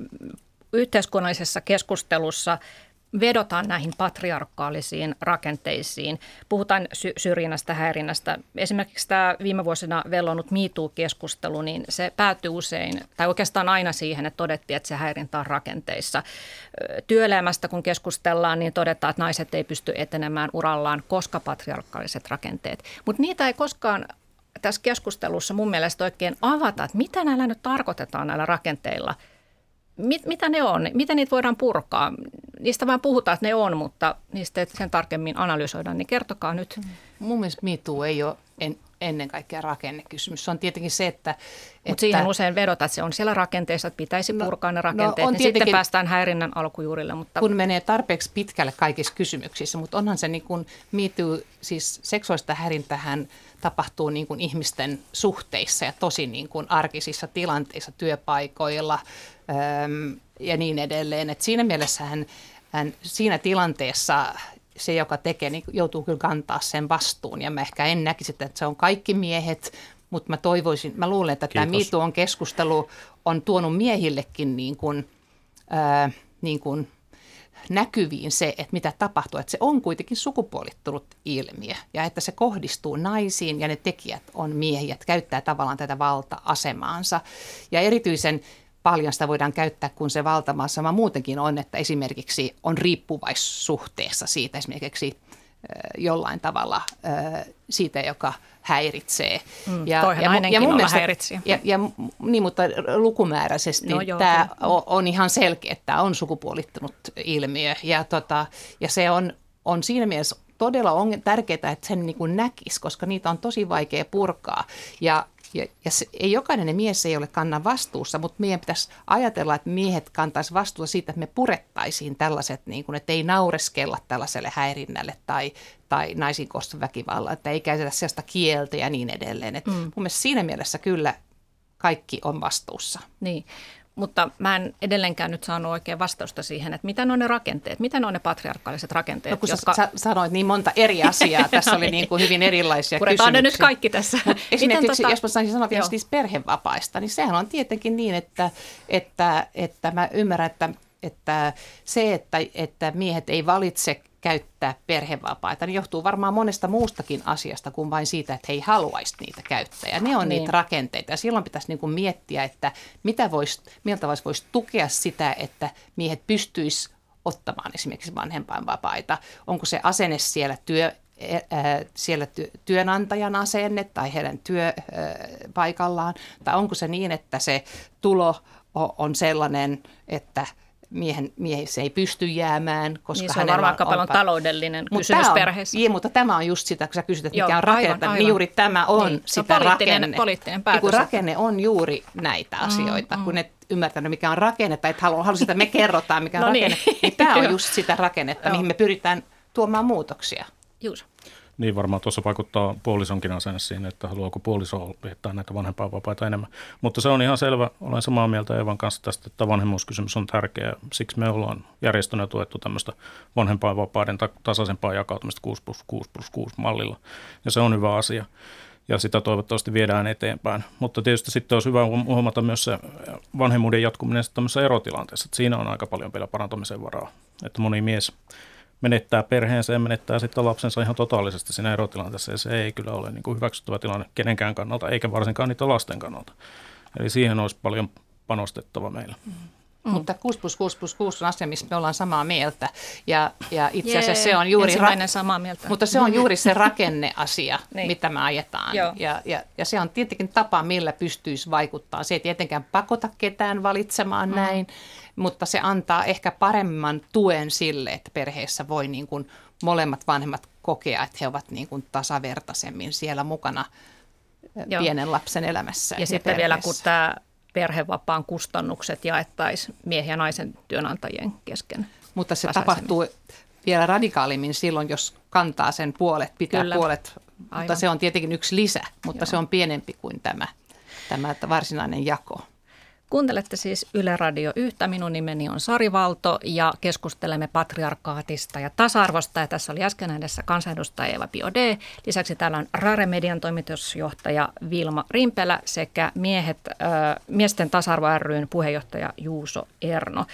yhteiskunnallisessa keskustelussa vedotaan näihin patriarkaalisiin rakenteisiin. Puhutaan sy- syrjinnästä, häirinnästä. Esimerkiksi tämä viime vuosina vellonut Me Too-keskustelu, niin se päätyy usein, tai oikeastaan aina siihen, että todettiin, että se häirintä on rakenteissa. Työelämästä kun keskustellaan, niin todetaan, että naiset ei pysty etenemään urallaan, koska patriarkaaliset rakenteet. Mutta niitä ei koskaan tässä keskustelussa mun mielestä oikein avata, että mitä näillä nyt tarkoitetaan näillä rakenteilla. Mit, mitä ne on? Miten niitä voidaan purkaa? Niistä vaan puhutaan, että ne on, mutta niistä ei sen tarkemmin analysoida, niin kertokaa nyt. Mun mielestä Me Too ei ole en, ennen kaikkea rakennekysymys. Se on tietenkin se, että... Mutta siihen usein vedotaan, että se on siellä rakenteissa, että pitäisi purkaa no, ne rakenteet, no niin sitten päästään häirinnän alkujuurille. Mutta... Kun menee tarpeeksi pitkälle kaikissa kysymyksissä, mutta onhan se niin kuin Me Too, siis seksuaalista häirintähän tapahtuu niin kuin ihmisten suhteissa ja tosi niin kuin arkisissa tilanteissa, työpaikoilla äm, ja niin edelleen. Et siinä mielessä hän, hän siinä tilanteessa se, joka tekee, niin joutuu kyllä kantaa sen vastuun. Ja mä ehkä en näkisi, että se on kaikki miehet, mutta mä toivoisin, mä luulen, että Kiitos. Tämä Me Too on keskustelu on tuonut miehillekin niin kuin, ää, niin kuin näkyviin se, että mitä tapahtuu, että se on kuitenkin sukupuolittunut ilmiö ja että se kohdistuu naisiin ja ne tekijät on miehiä, että käyttää tavallaan tätä valta-asemaansa ja erityisen paljon sitä voidaan käyttää, kun se valta-asema muutenkin on, että esimerkiksi on riippuvaissuhteessa siitä esimerkiksi jollain tavalla siitä, joka häiritsee. Mm, ja, ja, ja, ja mun mielestä, ja, ja, niin, mutta lukumääräisesti no joo, tämä on, on ihan selkeä, että tämä on sukupuolittunut ilmiö. Ja, tota, ja se on, on siinä mielessä todella on tärkeää, että sen niin kuin näkisi, koska niitä on tosi vaikea purkaa. Ja Ja, ja se, ei jokainen mies ei ole kannan vastuussa, mutta meidän pitäisi ajatella, että miehet kantaisi vastuuta siitä, että me purettaisiin tällaiset, niin kuin, että ei naureskella tällaiselle häirinnälle tai, tai naisiin kohdistuvan väkivallaan, että ei käytetä sellaista kieltä ja niin edelleen. Et mm. Mun mielestä siinä mielessä kyllä kaikki on vastuussa. Niin. Mutta mä en edelleenkään nyt saanut oikein vastausta siihen, että mitä ne on ne rakenteet, mitä ne on ne patriarkaaliset rakenteet. No kun jotka... sä sanoit niin monta eri asiaa, tässä no oli niin kuin hyvin erilaisia Puretaan kysymyksiä. Ne nyt kaikki tässä. Esimerkiksi tota... jos mä saisin sanoa vielä niistä perhevapaista, niin sehän on tietenkin niin, että, että, että mä ymmärrän, että, että se, että, että miehet ei valitse käyttää perhevapaita, niin johtuu varmaan monesta muustakin asiasta kuin vain siitä, että he ei haluaisi niitä käyttää. Ja ne on niin. niitä rakenteita. Ja silloin pitäisi niin kuin miettiä, että mitä vois, miltä voisi tukea sitä, että miehet pystyisi ottamaan esimerkiksi vanhempainvapaita. Onko se asenne siellä työ, siellä työnantajan asenne tai heidän työpaikallaan, tai onko se niin, että se tulo on sellainen, että Miehen, miehissä ei pysty jäämään, koska niin se on varmaan aika paljon taloudellinen kysymys on, perheessä. Joo, mutta tämä on just sitä, kun sä kysyt, että Joo, mikä on rakennetta, niin juuri tämä on niin, sitä on poliittinen, rakenne. Poliittinen päätös. Kun rakenne on juuri näitä asioita, mm, mm. kun et ymmärtänyt, mikä on rakennetta, että haluaa, haluaa sitä, me kerrotaan, mikä on no rakenne, niin, niin tämä on just sitä rakennetta, mihin me pyritään tuomaan muutoksia. Juuri. Niin varmaan tuossa vaikuttaa puolisonkin asenne siihen, että haluaako puoliso viettää näitä vanhempainvapaita enemmän. Mutta se on ihan selvä, olen samaa mieltä Eevan kanssa tästä, että vanhemmuuskysymys on tärkeä. Siksi me ollaan järjestönä tuettu tämmöistä vanhempainvapaiden tasaisempaa jakautumista kuusi plus kuusi plus kuusi mallilla. Ja se on hyvä asia ja sitä toivottavasti viedään eteenpäin. Mutta tietysti sitten olisi hyvä huomata myös se vanhemmuuden jatkuminen tämmöisessä erotilanteessa. Että siinä on aika paljon vielä parantamisen varaa, että moni mies menettää perheensä ja menettää sitten lapsensa ihan totaalisesti siinä erotilanteessa. Ja se ei kyllä ole niin kuin hyväksyttävä tilanne kenenkään kannalta, eikä varsinkaan niitä lasten kannalta. Eli siihen olisi paljon panostettava meillä. Mm. Mm. Mutta kuusi plus kuusi plus kuusi on asia, missä me ollaan samaa mieltä. Ja, ja itse asiassa se on juuri ra- samaa mieltä. Mutta se on juuri se rakenneasia, niin. mitä me ajetaan. Ja, ja, ja se on tietenkin tapa, millä pystyisi vaikuttaa. Se ei tietenkään pakota ketään valitsemaan mm. näin, mutta se antaa ehkä paremman tuen sille, että perheessä voi niin kuin molemmat vanhemmat kokea, että he ovat niin kuin tasavertaisemmin siellä mukana Joo. pienen lapsen elämässä. Ja, ja sitten perheessä. Vielä kun tämä perhevapaan kustannukset jaettaisiin miehen ja naisen työnantajien kesken. Mutta se tapahtuu vielä radikaalimmin silloin, jos kantaa sen puolet, pitää Kyllä. puolet. Aivan. Mutta se on tietenkin yksi lisä, mutta Joo. se on pienempi kuin tämä, tämä varsinainen jako. Kuuntelette siis Yle Radio Yhtä. Minun nimeni on Sari Valto ja keskustelemme patriarkaatista ja tasa-arvosta. Ja tässä oli äsken äänessä kansanedustaja Eeva Biaudet. Lisäksi täällä on Rare Median toimitusjohtaja Vilma Rimpelä sekä miehet, äh, Miesten tasa-arvo ry:n puheenjohtaja Juuso Erno.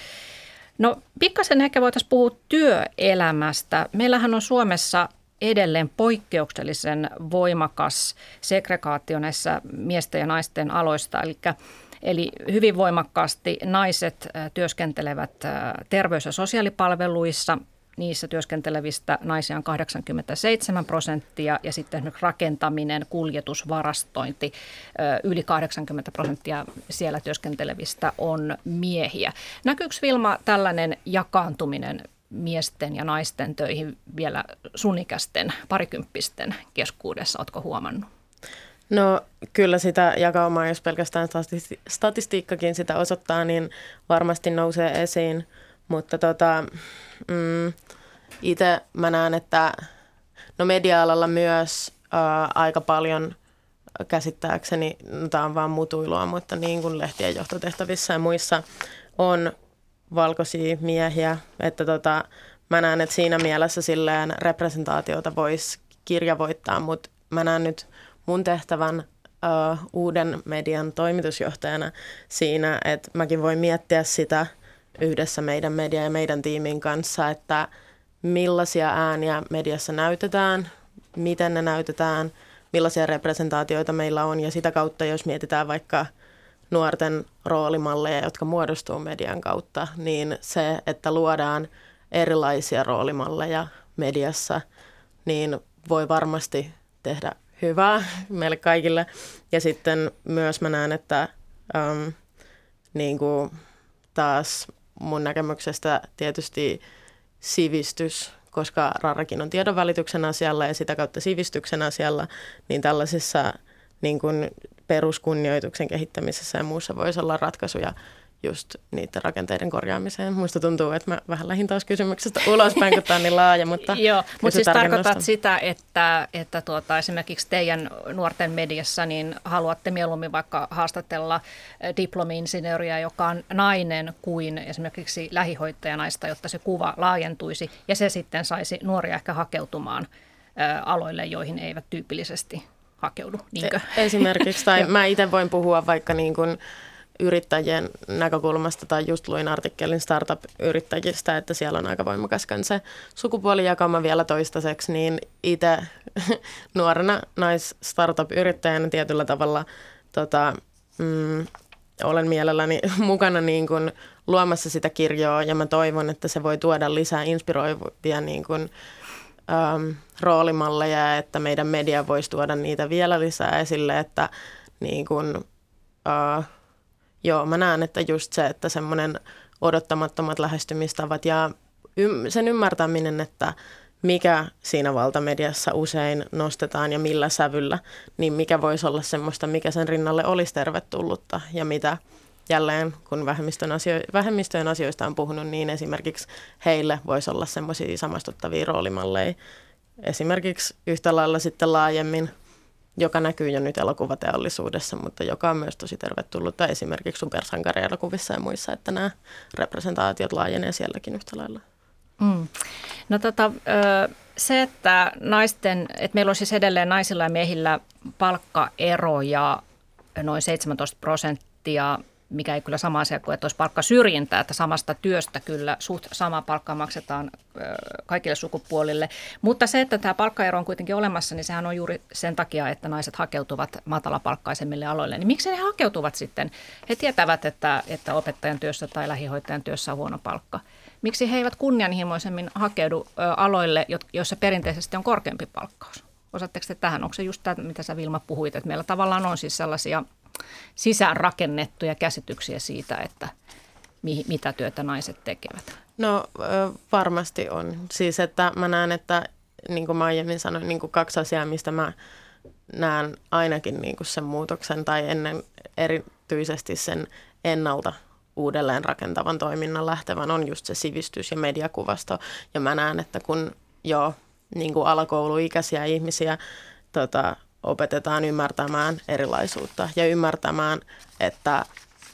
No pikkasen ehkä voitaisiin puhua työelämästä. Meillähän on Suomessa edelleen poikkeuksellisen voimakas segregaatio näissä miesten ja naisten aloista, eli Eli hyvin voimakkaasti naiset työskentelevät terveys- ja sosiaalipalveluissa. Niissä työskentelevistä naisia on kahdeksankymmentäseitsemän prosenttia ja sitten rakentaminen, kuljetus, varastointi, yli kahdeksankymmentä prosenttia siellä työskentelevistä on miehiä. Näkyykö Vilma tällainen jakaantuminen miesten ja naisten töihin vielä sunikäisten, parikymppisten keskuudessa? Oletko huomannut? No kyllä sitä jakaumaa, jos pelkästään statisti- statistiikkakin sitä osoittaa, niin varmasti nousee esiin. Mutta tota, mm, itse mä näen, että no media-alalla myös ää, aika paljon käsittääkseni, no tämä on vaan mutuilua, mutta niin kuin lehtien johtotehtävissä ja muissa on valkoisia miehiä. Että tota, mä näen, että siinä mielessä silleen representaatiota voisi kirjavoittaa, mutta mä näen nyt mun tehtävän uh, uuden median toimitusjohtajana siinä, että mäkin voin miettiä sitä, yhdessä meidän media ja meidän tiimin kanssa, että millaisia ääniä mediassa näytetään, miten ne näytetään, millaisia representaatioita meillä on ja sitä kautta, jos mietitään vaikka nuorten roolimalleja, jotka muodostuu median kautta, niin se, että luodaan erilaisia roolimalleja mediassa, niin voi varmasti tehdä hyvää meille kaikille. Ja sitten myös mä näen, että äm, niin kuin taas mun näkemyksestä tietysti sivistys, koska Rarrakin on tiedonvälityksen asialla ja sitä kautta sivistyksen asialla, niin tällaisissa niin kuin peruskunnioituksen kehittämisessä ja muussa voisi olla ratkaisuja just niiden rakenteiden korjaamiseen. Musta tuntuu, että mä vähän lähdin taas kysymyksestä ulospäin, kun tämä on niin laaja, mutta joo, mutta siis tarkoitat sitä, että, että tuota, esimerkiksi teidän nuorten mediassa niin haluatte mieluummin vaikka haastatella diplomi-insinööriä, joka on nainen, kuin esimerkiksi lähihoitajanaista, jotta se kuva laajentuisi ja se sitten saisi nuoria ehkä hakeutumaan ä, aloille, joihin eivät tyypillisesti hakeudu. Niinkö? Esimerkiksi, tai mä itse voin puhua vaikka niin kuin yrittäjien näkökulmasta, tai just luin artikkelin startup-yrittäjistä, että siellä on aika voimakas se sukupuolijakauma vielä toistaiseksi, niin itse nuorena nais-startup-yrittäjänä tietyllä tavalla tota, mm, olen mielelläni mukana niin kuin luomassa sitä kirjoa, ja mä toivon, että se voi tuoda lisää inspiroivia niin kuin Um, roolimalleja, että meidän media voisi tuoda niitä vielä lisää esille, että niin kun, uh, joo, mä näen, että just se, että semmoinen odottamattomat lähestymistavat ja ym- sen ymmärtäminen, että mikä siinä valtamediassa usein nostetaan ja millä sävyllä, niin mikä voisi olla semmoista, mikä sen rinnalle olisi tervetullutta ja mitä jälleen, kun vähemmistön, asio- vähemmistöjen asioista on puhunut, niin esimerkiksi heille voisi olla semmoisia samastuttavia roolimalleja. Esimerkiksi yhtä lailla sitten laajemmin, joka näkyy jo nyt elokuvateollisuudessa, mutta joka on myös tosi tervetullutta esimerkiksi supersankarielokuvissa ja muissa, että nämä representaatiot laajenee sielläkin yhtä lailla. Mm. No tota, se, että naisten, että meillä on siis edelleen naisilla ja miehillä palkkaeroja noin seitsemäntoista prosenttia, mikä ei kyllä sama asia kuin, että olisi palkkasyrjintää, että samasta työstä kyllä suht sama palkka maksetaan kaikille sukupuolille. Mutta se, että tämä palkkaero on kuitenkin olemassa, niin sehän on juuri sen takia, että naiset hakeutuvat matalapalkkaisemmille aloille. Niin miksi he hakeutuvat sitten? He tietävät, että, että opettajan työssä tai lähihoitajan työssä on huono palkka. Miksi he eivät kunnianhimoisemmin hakeudu aloille, joissa perinteisesti on korkeampi palkkaus? Osaatteko te tähän? Onko se just tämä, mitä sä Vilma puhuit, että meillä tavallaan on siis sellaisia sisäänrakennettuja käsityksiä siitä, että mi- mitä työtä naiset tekevät? No varmasti on. Siis että mä näen, että niin kuin mä aiemmin sanoin, niin kuin kaksi asiaa, mistä mä näen ainakin niin kuin sen muutoksen tai ennen erityisesti sen ennalta uudelleen rakentavan toiminnan lähtevän on just se sivistys ja mediakuvasto. Ja mä näen, että kun jo niin kuin alakouluikäisiä ihmisiä tota, opetetaan ymmärtämään erilaisuutta ja ymmärtämään, että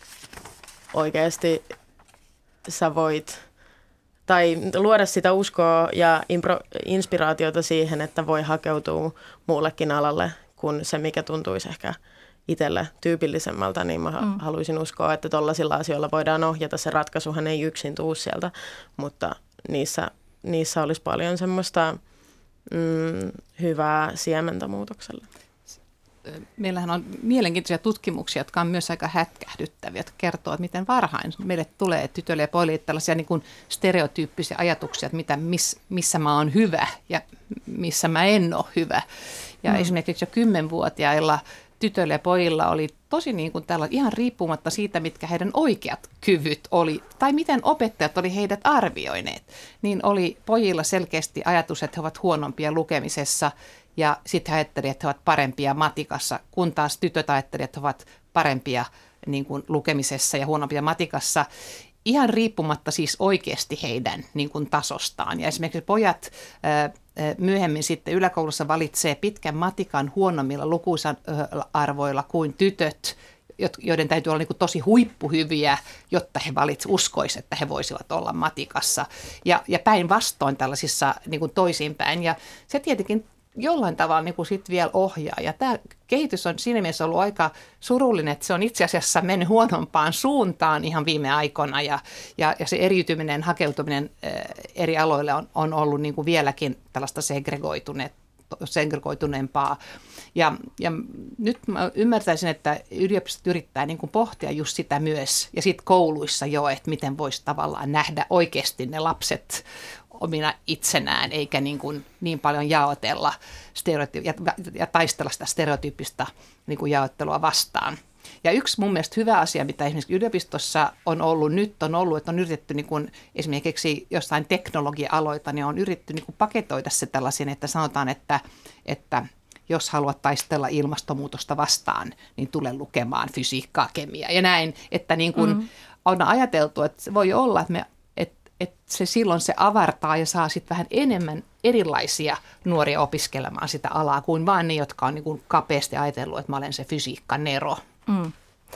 oikeasti sä voit, tai luoda sitä uskoa ja impro, inspiraatiota siihen, että voi hakeutua muullekin alalle kuin se, mikä tuntuisi ehkä itselle tyypillisemmältä, niin mä mm. haluaisin uskoa, että tuollaisilla asioilla voidaan ohjata. Se ratkaisuhan ei yksin tuu sieltä, mutta niissä, niissä olisi paljon semmoista mm, hyvää siementä muutokselle. Meillähän on mielenkiintoisia tutkimuksia, jotka on myös aika hätkähdyttäviä, jotka kertoo, että miten varhain meille tulee tytöille ja pojille tällaisia niin kuin stereotyyppisiä ajatuksia, että mitä, miss, missä mä oon hyvä ja missä mä en ole hyvä. Ja mm. esimerkiksi jo kymmenvuotiailla tytöillä ja pojilla oli tosi niin kuin tällä, ihan riippumatta siitä, mitkä heidän oikeat kyvyt oli, tai miten opettajat oli heidät arvioineet, niin oli pojilla selkeästi ajatus, että he ovat huonompia lukemisessa, ja sitten he ajattelivat, että he ovat parempia matikassa, kun taas tytöt ajattelivat, että he ovat parempia niin kuin lukemisessa ja huonompia matikassa, ihan riippumatta siis oikeasti heidän niin kuin tasostaan. Ja esimerkiksi pojat ää, myöhemmin sitten yläkoulussa valitsee pitkän matikan huonommilla lukuisan arvoilla kuin tytöt, joiden täytyy olla niin kuin tosi huippuhyviä, jotta he valitsivat, uskoisivat, että he voisivat olla matikassa. Ja, ja päinvastoin tällaisissa niin kuin toisinpäin. Ja se tietenkin jollain tavalla niin kuin sit vielä ohjaa. Ja tämä kehitys on siinä mielessä ollut aika surullinen, että se on itse asiassa mennyt huonompaan suuntaan ihan viime aikoina. Ja, ja, ja se eriytyminen, hakeutuminen eri aloille on, on ollut niin kuin vieläkin tällaista segregoituneempaa. Ja, ja nyt mä ymmärtäisin, että yliopistot yrittää niin kuin pohtia just sitä myös, ja sitten kouluissa jo, että miten voisi tavallaan nähdä oikeasti ne lapset omina itsenään, eikä niin, kuin niin paljon jaotella stereoty- ja, ja taistella sitä stereotyyppistä niin kuin jaottelua vastaan. Ja yksi mun mielestä hyvä asia, mitä esimerkiksi yliopistossa on ollut, nyt on ollut, että on yritetty niin kuin esimerkiksi jossain teknologia-aloita, niin on yritetty niin kuin paketoida se tällaisen, että sanotaan, että, että jos haluat taistella ilmastonmuutosta vastaan, niin tule lukemaan fysiikkaa, kemiaa ja näin, että niin kuin mm. on ajateltu, että se voi olla, että me että se silloin se avartaa ja saa sitten vähän enemmän erilaisia nuoria opiskelemaan sitä alaa kuin vain ne, jotka on niin kuin kapeasti ajatellut, että mä olen se fysiikka nero. Mm.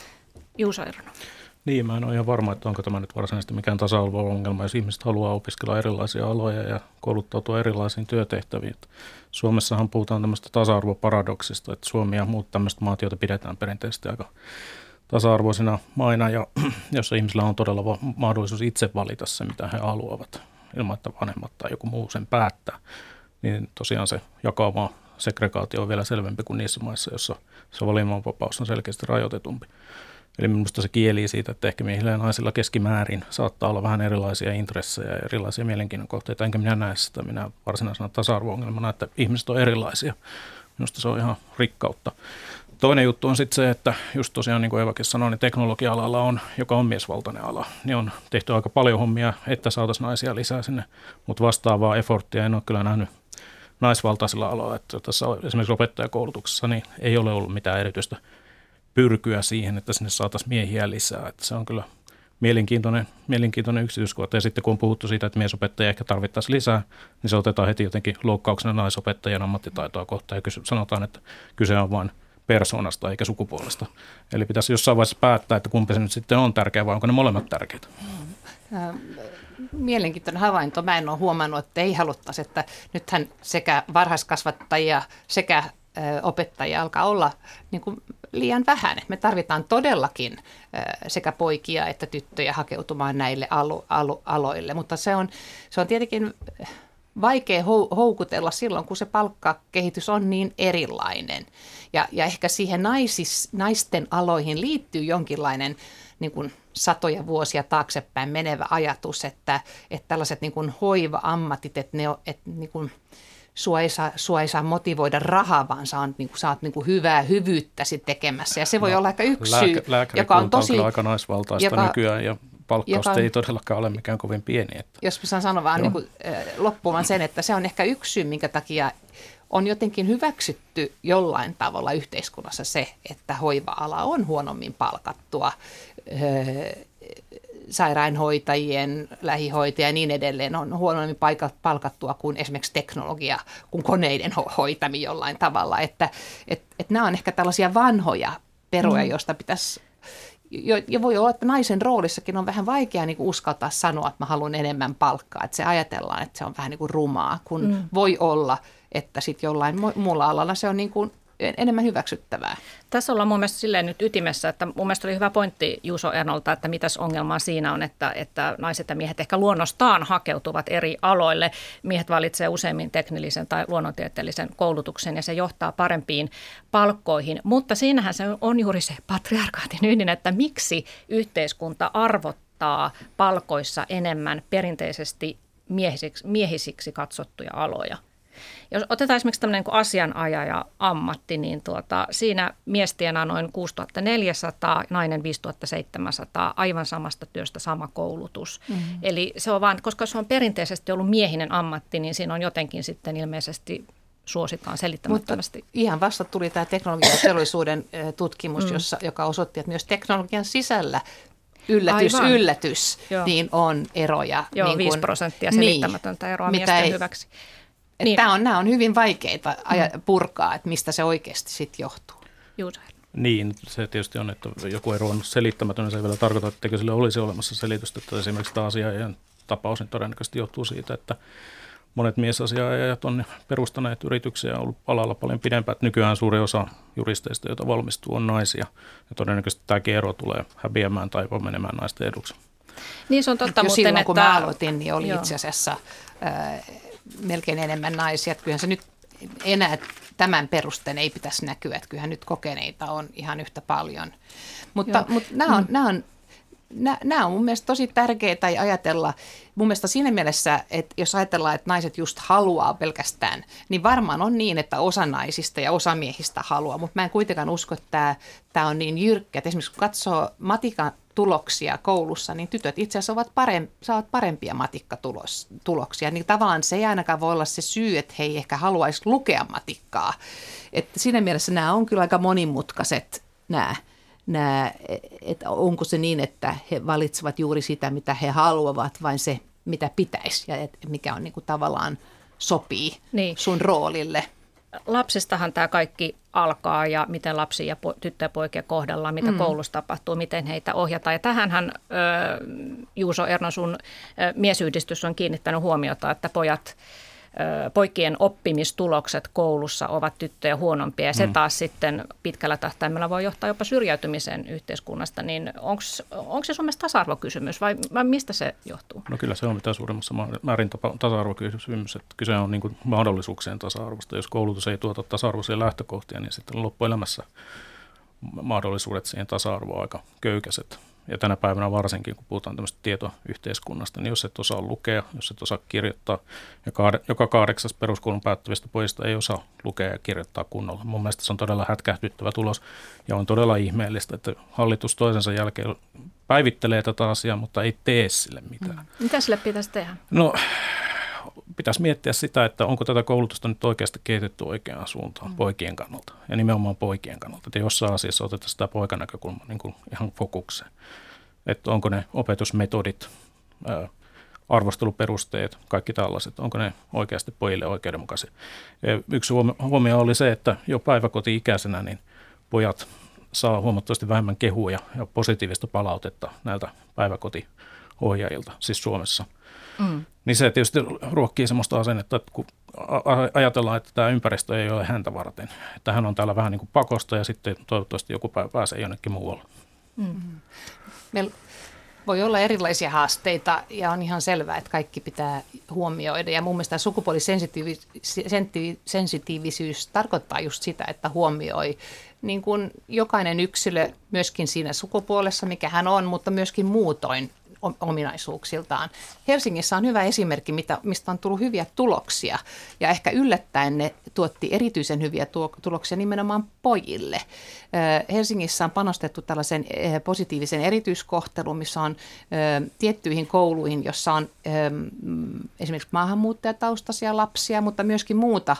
Juuso Eronen. Niin, mä en ole ihan varma, että onko tämä nyt varsinaisesti mikään tasa-arvo-ongelma, jos ihmiset haluaa opiskella erilaisia aloja ja kouluttautua erilaisiin työtehtäviin. Suomessahan puhutaan tämmöistä tasa-arvoparadoksista, että Suomi ja muut tämmöiset maat, joita pidetään perinteisesti aika tasa-arvoisina maina, ja jossa ihmisillä on todella mahdollisuus itse valita se, mitä he haluavat, ilman että vanhemmat tai joku muu sen päättää, niin tosiaan se jakama segregaatio on vielä selvempi kuin niissä maissa, jossa se valinnanvapaus on selkeästi rajoitetumpi. Eli minusta se kieli siitä, että ehkä miehillä ja naisilla keskimäärin saattaa olla vähän erilaisia intressejä ja erilaisia mielenkiinnon kohteita, enkä minä näe sitä minä varsinaisena tasa-arvo-ongelmana, että ihmiset on erilaisia. Minusta se on ihan rikkautta. Toinen juttu on sitten se, että just tosiaan niin kuin Eevakin sanoi, niin teknologia-alalla on, joka on miesvaltainen ala, niin on tehty aika paljon hommia, että saataisiin naisia lisää sinne, mutta vastaavaa efforttia en ole kyllä nähnyt naisvaltaisilla aloilla. Että tässä esimerkiksi opettajakoulutuksessa niin ei ole ollut mitään erityistä pyrkyä siihen, että sinne saataisiin miehiä lisää. Että se on kyllä mielenkiintoinen, mielenkiintoinen yksityiskohta. Ja sitten kun on puhuttu siitä, että miesopettajia ehkä tarvittaisiin lisää, niin se otetaan heti jotenkin loukkauksena naisopettajien ammattitaitoa kohtaan ja kysy- sanotaan, että kyse on vain persoonasta eikä sukupuolesta. Eli pitäisi jossain vaiheessa päättää, että kumpi se nyt sitten on tärkeä vai onko ne molemmat tärkeitä. Mielenkiintoinen havainto. Mä en ole huomannut, että ei haluttaisi, että nythän sekä varhaiskasvattajia sekä opettajia alkaa olla niin kuin liian vähän. Me tarvitaan todellakin sekä poikia että tyttöjä hakeutumaan näille alo- alo- aloille, mutta se on, se on tietenkin vaikea houkutella silloin, kun se palkkakehitys on niin erilainen. Ja, ja ehkä siihen naisis, naisten aloihin liittyy jonkinlainen niin kuin satoja vuosia taaksepäin menevä ajatus, että, että tällaiset niin kuin hoiva-ammatit, että, ne, että niin kuin sua, ei saa, sua ei saa motivoida rahaa, vaan sä oot, niin kuin, sä oot niin kuin hyvää hyvyyttäsi tekemässä. Ja se voi no, olla aika yksi syy, joka on tosi... on aika naisvaltaista joka, nykyään ja palkkausta ei todellakaan ole mikään kovin pieni. Että. Jos mä saan sanoa vaan niin kuin, loppuvan sen, että se on ehkä yksi syy, minkä takia on jotenkin hyväksytty jollain tavalla yhteiskunnassa se, että hoiva-ala on huonommin palkattua. Sairaanhoitajien, lähihoitajien ja niin edelleen on huonommin palkattua kuin esimerkiksi teknologia, kuin koneiden ho- hoitaminen jollain tavalla. Että et, et nämä on ehkä tällaisia vanhoja peruja, mm. joista pitäisi... Ja voi olla, että naisen roolissakin on vähän vaikea niin kuin uskaltaa sanoa, että mä haluan enemmän palkkaa. Että se ajatellaan, että se on vähän niin kuin rumaa, kun mm. voi olla, että sitten jollain muulla alalla se on niin kuin enemmän hyväksyttävää. Tässä ollaan mun mielestä silleen nyt ytimessä, että mun mielestä oli hyvä pointti Juuso Ernolta, että mitäs ongelmaa siinä on, että, että naiset ja miehet ehkä luonnostaan hakeutuvat eri aloille. Miehet valitsee useimmin teknillisen tai luonnontieteellisen koulutuksen ja se johtaa parempiin palkkoihin. Mutta siinähän se on juuri se patriarkaatin ydin, että miksi yhteiskunta arvottaa palkoissa enemmän perinteisesti miehisiksi, miehisiksi katsottuja aloja. Jos otetaan esimerkiksi tämmöinen niin asianajaja ammatti, niin tuota, siinä mies tienaa noin kuusituhattaneljäsataa, nainen viisituhattaseitsemänsataa, aivan samasta työstä sama koulutus. Mm-hmm. Eli se on vaan, koska se on perinteisesti ollut miehinen ammatti, niin siinä on jotenkin sitten ilmeisesti suositaan selittämättömästi. Mutta ihan vasta tuli tämä teknologian ja teollisuuden tutkimus, mm. jossa, joka osoitti, että myös teknologian sisällä yllätys, aivan. yllätys, Joo. niin on eroja. Joo, niin viisi prosenttia selittämätöntä niin, eroa miesten ei, hyväksi. Niin. Tämä on, nämä on hyvin vaikeita purkaa, että mistä se oikeasti sitten johtuu. Juuri. Niin, se tietysti on, että joku ero on selittämätön, se ei vielä tarkoita, että sille olisi olemassa selitystä. Että esimerkiksi tämä asiajan tapaus niin todennäköisesti johtuu siitä, että monet miesasiaajat on perustaneet yrityksiä ja ollut alalla paljon pidempään. Nykyään suuri osa juristeista, joita valmistuu, on naisia. Ja todennäköisesti tämäkin ero tulee häviämään tai menemään naisten eduksi. Niin se on totta, mutta silloin, että kun mä aloitin, niin oli joo. itse asiassa äh, melkein enemmän naisia. Että kyllähän se nyt enää tämän perusteen ei pitäisi näkyä. Että kyllähän nyt kokeneita on ihan yhtä paljon. Mutta, mutta nämä on... Nämä on Nämä on mun mielestä tosi tärkeää ajatella. Mun mielestä siinä mielessä, että jos ajatellaan, että naiset just haluaa pelkästään, niin varmaan on niin, että osa naisista ja osa miehistä haluaa. Mutta mä en kuitenkaan usko, että tämä, tämä on niin jyrkkä. Että esimerkiksi kun katsoo matikan tuloksia koulussa, niin tytöt itse asiassa ovat parempi, saavat parempia matikkatuloksia. Niin tavallaan se ei ainakaan voi olla se syy, että he ei ehkä haluaisi lukea matikkaa. Että siinä mielessä nämä on kyllä aika monimutkaiset nämä. Nää, että onko se niin, että he valitsevat juuri sitä, mitä he haluavat, vai se, mitä pitäisi ja et, mikä on niin kuin tavallaan sopii niin. sun roolille. Lapsistahan tämä kaikki alkaa ja miten lapsia ja po- tyttöjä ja poikia kohdellaan, mitä mm. koulussa tapahtuu, miten heitä ohjataan. Ja tähänhän ö, Juuso Erno, sun ö, miesyhdistys on kiinnittänyt huomiota, että pojat poikien oppimistulokset koulussa ovat tyttöjä huonompia ja se taas sitten pitkällä tähtäimellä voi johtaa jopa syrjäytymiseen yhteiskunnasta. Niin onko se sun mielestä tasa-arvokysymys vai, vai mistä se johtuu? No kyllä se on mitä suurimmassa määrin tasa-arvokysymys, että kyse on niin kuin mahdollisuuksien tasa-arvosta. Jos koulutus ei tuota tasa-arvoisia lähtökohtia, niin sitten loppuelämässä mahdollisuudet siihen tasa-arvoon aika köykäiset. Ja tänä päivänä varsinkin, kun puhutaan tämmöistä tietoyhteiskunnasta, niin jos et osaa lukea, jos et osaa kirjoittaa, ja joka kahdeksas peruskoulun päättävistä pojista ei osaa lukea ja kirjoittaa kunnolla. Mun mielestä se on todella hätkähdyttävä tulos, ja on todella ihmeellistä, että hallitus toisensa jälkeen päivittelee tätä asiaa, mutta ei tee sille mitään. Mm. Mitä sille pitäisi tehdä? No, pitäisi miettiä sitä, että onko tätä koulutusta nyt oikeasti kehitetty oikeaan suuntaan mm. poikien kannalta, ja nimenomaan poikien kannalta. Että jossain asiassa otetaan sitä poikanäkökulmaa niin kuin ihan fokukseen. Että onko ne opetusmetodit, ää, arvosteluperusteet, kaikki tällaiset, onko ne oikeasti pojille oikeudenmukaisia. Ja yksi huomio oli se, että jo päiväkoti-ikäisenä niin pojat saa huomattavasti vähemmän kehuja ja positiivista palautetta näiltä päiväkotiohjaajilta, siis Suomessa. Mm. Niin se tietysti ruokkii sellaista asennetta, että kun ajatellaan, että tämä ympäristö ei ole häntä varten, että hän on täällä vähän niin kuin pakosta ja sitten toivottavasti joku päivä pääsee jonnekin muualle. Mm. Meillä voi olla erilaisia haasteita ja on ihan selvää, että kaikki pitää huomioida. Ja mun mielestä sukupuolisensitiivisyys tarkoittaa just sitä, että huomioi niin kuin jokainen yksilö myöskin siinä sukupuolessa, mikä hän on, mutta myöskin muutoin ominaisuuksiltaan. Helsingissä on hyvä esimerkki, mistä on tullut hyviä tuloksia ja ehkä yllättäen ne tuotti erityisen hyviä tuloksia nimenomaan pojille. Helsingissä on panostettu tällaisen positiivisen erityiskohteluun, missä on tiettyihin kouluihin, jossa on esimerkiksi maahanmuuttajataustaisia lapsia, mutta myöskin muuta,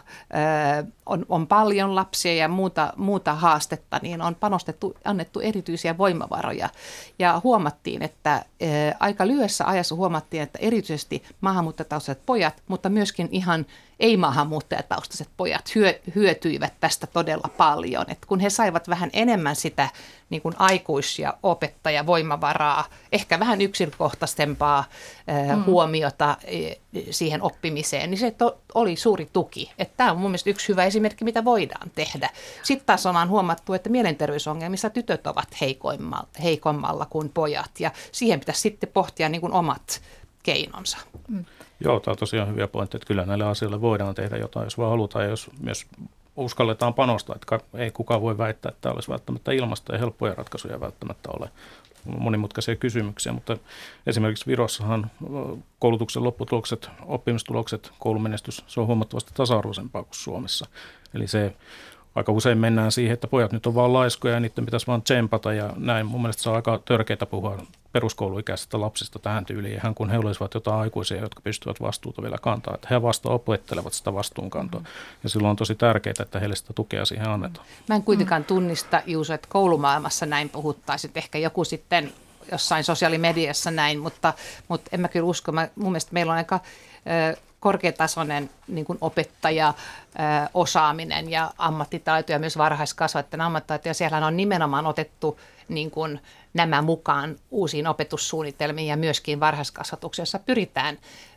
on, on paljon lapsia ja muuta, muuta haastetta, niin on panostettu, annettu erityisiä voimavaroja ja huomattiin, että aika lyhyessä ajassa huomattiin, että erityisesti maahanmuuttajataustaiset pojat, mutta myöskin ihan ei-maahanmuuttajataustaiset pojat hyö, hyötyivät tästä todella paljon. Et kun he saivat vähän enemmän sitä niin kuin aikuis- ja opettajavoimavaraa, ehkä vähän yksilökohtaisempaa mm. huomiota siihen oppimiseen, niin se to, oli suuri tuki. Tämä on mun mielestä yksi hyvä esimerkki, mitä voidaan tehdä. Sitten taas on huomattu, että mielenterveysongelmissa tytöt ovat heikoimmalla, heikommalla kuin pojat, ja siihen pitäisi sitten pohtia niin kuin omat keinonsa. Mm. Joo, tämä on tosiaan hyviä pointteja, että kyllä näille asioille voidaan tehdä jotain, jos vaan halutaan ja jos myös uskalletaan panostaa, että ei kukaan voi väittää, että tämä olisi välttämättä ilmasta ja helppoja ratkaisuja välttämättä ole monimutkaisia kysymyksiä, mutta esimerkiksi Virossahan koulutuksen lopputulokset, oppimistulokset, koulumenestys, se on huomattavasti tasa-arvoisempaa kuin Suomessa. Eli se aika usein mennään siihen, että pojat nyt on vaan laiskoja ja niiden pitäisi vaan tsempata ja näin. Mun mielestä se on aika törkeitä puhua peruskouluikäisistä lapsista tähän tyyliin, ihan kun he olisivat jotain aikuisia, jotka pystyvät vastuuta vielä kantaa. Että he vasta opettelevat sitä vastuunkantoa mm. ja silloin on tosi tärkeää, että heille sitä tukea siihen annetaan. Mä en kuitenkaan tunnista, Juuso, että koulumaailmassa näin puhuttaisiin. Ehkä joku sitten jossain sosiaalimediassa näin, mutta, mutta en mä kyllä usko. Mä, mun mielestä meillä on aika ö, korkeatasoinen niin kuin opettaja, ö, osaaminen ja ammattitaito ja myös varhaiskasvattajan ammattitaito. Ja siellä on nimenomaan otettu niin kuin nämä mukaan uusiin opetussuunnitelmiin ja myöskin varhaiskasvatuksessa pyritään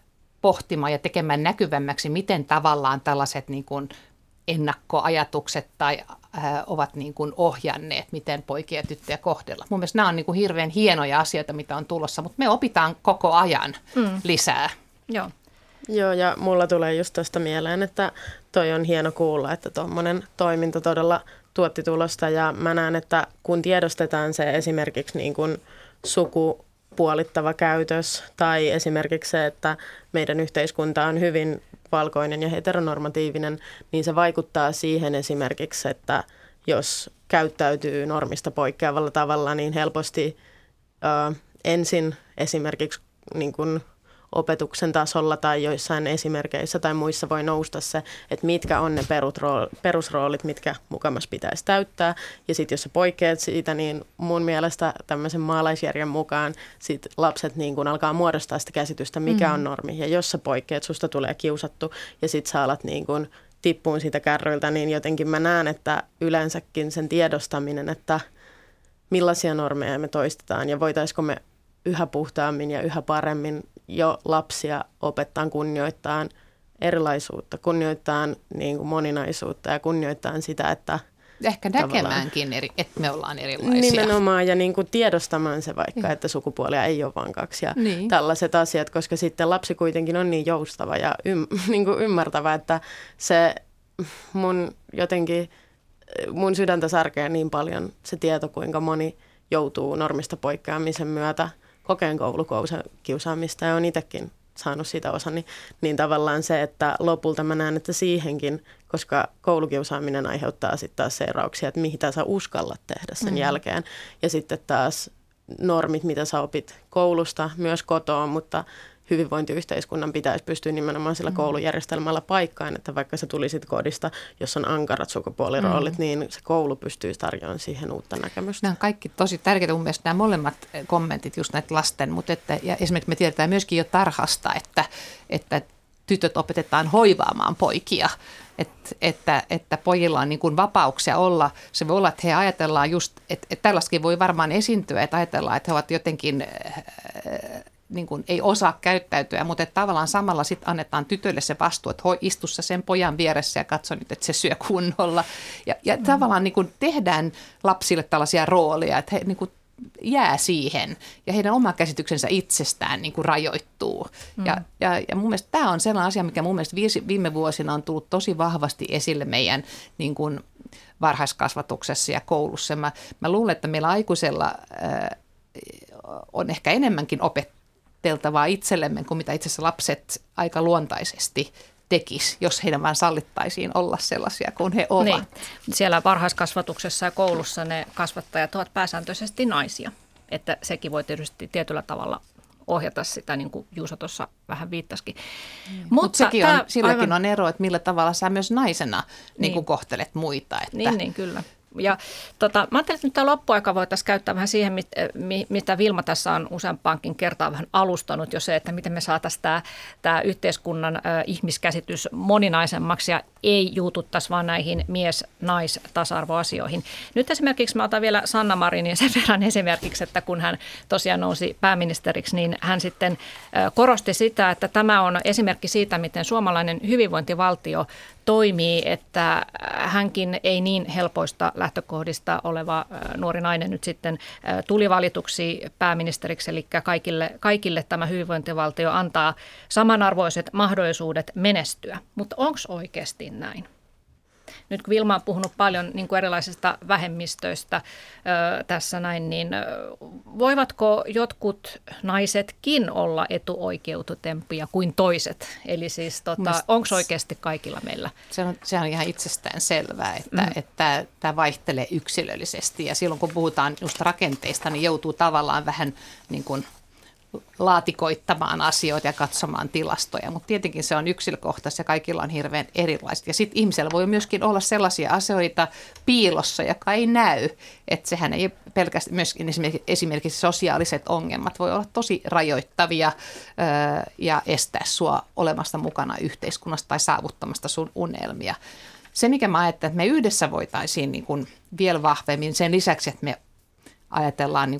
pohtimaan ja tekemään näkyvämmäksi, miten tavallaan tällaiset niin kuin ennakkoajatukset tai äh, ovat niin kuin ohjanneet, miten poikia ja tyttöjä kohdella. Mun mielestä nämä on niin kuin hirveän hienoja asioita, mitä on tulossa, mutta me opitaan koko ajan mm. lisää. Joo. Joo, ja mulla tulee just tuosta mieleen, että toi on hieno kuulla, että tuommoinen toiminta todella tuotti tulosta, ja mä näen, että kun tiedostetaan se esimerkiksi niin kuin sukupuolittava käytös tai esimerkiksi se, että meidän yhteiskunta on hyvin valkoinen ja heteronormatiivinen, niin se vaikuttaa siihen esimerkiksi, että jos käyttäytyy normista poikkeavalla tavalla, niin helposti ö, ensin esimerkiksi niin kuin opetuksen tasolla tai joissain esimerkkeissä tai muissa voi nousta se, että mitkä on ne perusroolit, mitkä mukamas pitäisi täyttää. Ja sitten jos sä poikkeat siitä, niin mun mielestä tämmöisen maalaisjärjen mukaan sit lapset niin kun alkaa muodostaa sitä käsitystä, mikä mm-hmm. on normi. Ja jos sä poikkeat, susta tulee kiusattu ja sit sä alat niin kun tippuun siitä kärryiltä, niin jotenkin mä näen, että yleensäkin sen tiedostaminen, että millaisia normeja me toistetaan ja voitaisiko me yhä puhtaammin ja yhä paremmin jo lapsia opettaa kunnioittaa erilaisuutta, kunnioittaa niin kuin moninaisuutta ja kunnioittaa sitä, että ehkä näkemäänkin, eri, että me ollaan erilaisia. Nimenomaan ja niin kuin tiedostamaan se vaikka, että sukupuolia ei ole vain kaksi ja niin. Tällaiset asiat, koska sitten lapsi kuitenkin on niin joustava ja ym, niin kuin ymmärtävä, että se mun jotenkin, mun sydäntä särkee niin paljon se tieto, kuinka moni joutuu normista poikkeamisen myötä kokeen koulukiusaamista ja on itsekin saanut siitä osan, niin, niin tavallaan se, että lopulta mä näen, että siihenkin, koska koulukiusaaminen aiheuttaa sitten taas seurauksia, että mitä sä uskallat tehdä sen mm. jälkeen. Ja sitten taas normit, mitä sä opit koulusta, myös kotoa, mutta hyvinvointiyhteiskunnan pitäisi pystyä nimenomaan sillä mm. koulujärjestelmällä paikkaan, että vaikka sä tulisit kodista, jos on ankarat sukupuoliroolit, mm. niin se koulu pystyy tarjoamaan siihen uutta näkemystä. Nämä on kaikki tosi tärkeitä mun mielestä nämä molemmat kommentit, just näitä lasten, mutta että, ja esimerkiksi me tiedetään myöskin jo tarhasta, että, että tytöt opetetaan hoivaamaan poikia, että, että, että pojilla on niin kuin vapauksia olla. Se voi olla, että he ajatellaan just, että, että tällaistakin voi varmaan esiintyä, että ajatellaan, että he ovat jotenkin niin kuin ei osaa käyttäytyä, mutta että tavallaan samalla sitten annetaan tytöille se vastuu, että hoi, istu sen pojan vieressä ja katso nyt, että se syö kunnolla. Ja, ja mm. tavallaan niin kuin tehdään lapsille tällaisia rooleja, että he niin kuin jää siihen ja heidän oma käsityksensä itsestään niin kuin rajoittuu. Mm. Ja, ja, ja mun mielestä tämä on sellainen asia, mikä mun mielestä viime vuosina on tullut tosi vahvasti esille meidän niin kuin varhaiskasvatuksessa ja koulussa. Mä, mä luulen, että meillä aikuisella äh, on ehkä enemmänkin opetteltavaa itsellemme kuin mitä itse asiassa lapset aika luontaisesti tekisi, jos heidän vaan sallittaisiin olla sellaisia kuin he ovat. Niin. Siellä varhaiskasvatuksessa ja koulussa ne kasvattajat ovat pääsääntöisesti naisia, että sekin voi tietysti tietyllä tavalla ohjata sitä, niin kuin Juuso tuossa vähän viittasikin. Mm. Mutta Mut sekin on, silläkin aivan on ero, että millä tavalla sä myös naisena niin. Niin kuin kohtelet muita. Että niin, niin, kyllä. Ja tota, mä ajattelin, että nyt tämä loppuaika voitaisiin käyttää vähän siihen, mit, mitä Vilma tässä on useampaankin kertaan vähän alustanut jo se, että miten me saataisiin tämä, tämä yhteiskunnan äh, ihmiskäsitys moninaisemmaksi ja ei juututtaisi vaan näihin mies-nais-tasa-arvoasioihin. Nyt esimerkiksi mä otan vielä Sanna Marinin sen verran esimerkiksi, että kun hän tosiaan nousi pääministeriksi, niin hän sitten äh, korosti sitä, että tämä on esimerkki siitä, miten suomalainen hyvinvointivaltio toimii, että hänkin ei niin helpoista lähtökohdista oleva nuori nainen nyt sitten tuli valituksi pääministeriksi, eli kaikille, kaikille tämä hyvinvointivaltio antaa samanarvoiset mahdollisuudet menestyä. Mutta onko oikeasti näin? Nyt kun Vilma on puhunut paljon niin kuin erilaisista vähemmistöistä ö, tässä näin, niin ö, voivatko jotkut naisetkin olla etuoikeutetempia kuin toiset? Eli siis tota, onko oikeasti kaikilla meillä? Se on, se on ihan itsestään selvää, että, mm. että tämä vaihtelee yksilöllisesti ja silloin kun puhutaan just rakenteista, niin joutuu tavallaan vähän niin kuin laatikoittamaan asioita ja katsomaan tilastoja, mutta tietenkin se on yksilökohtaisesti ja kaikilla on hirveän erilaiset. Ja sitten ihmisellä voi myöskin olla sellaisia asioita piilossa, joka ei näy, että sehän ei pelkästään myöskin esimerkiksi sosiaaliset ongelmat voi olla tosi rajoittavia ää, ja estää sua olemasta mukana yhteiskunnasta tai saavuttamasta sun unelmia. Se, mikä mä ajattelen, että me yhdessä voitaisiin niin kuin vielä vahvemmin sen lisäksi, että me ajatellaan, niin kuin, että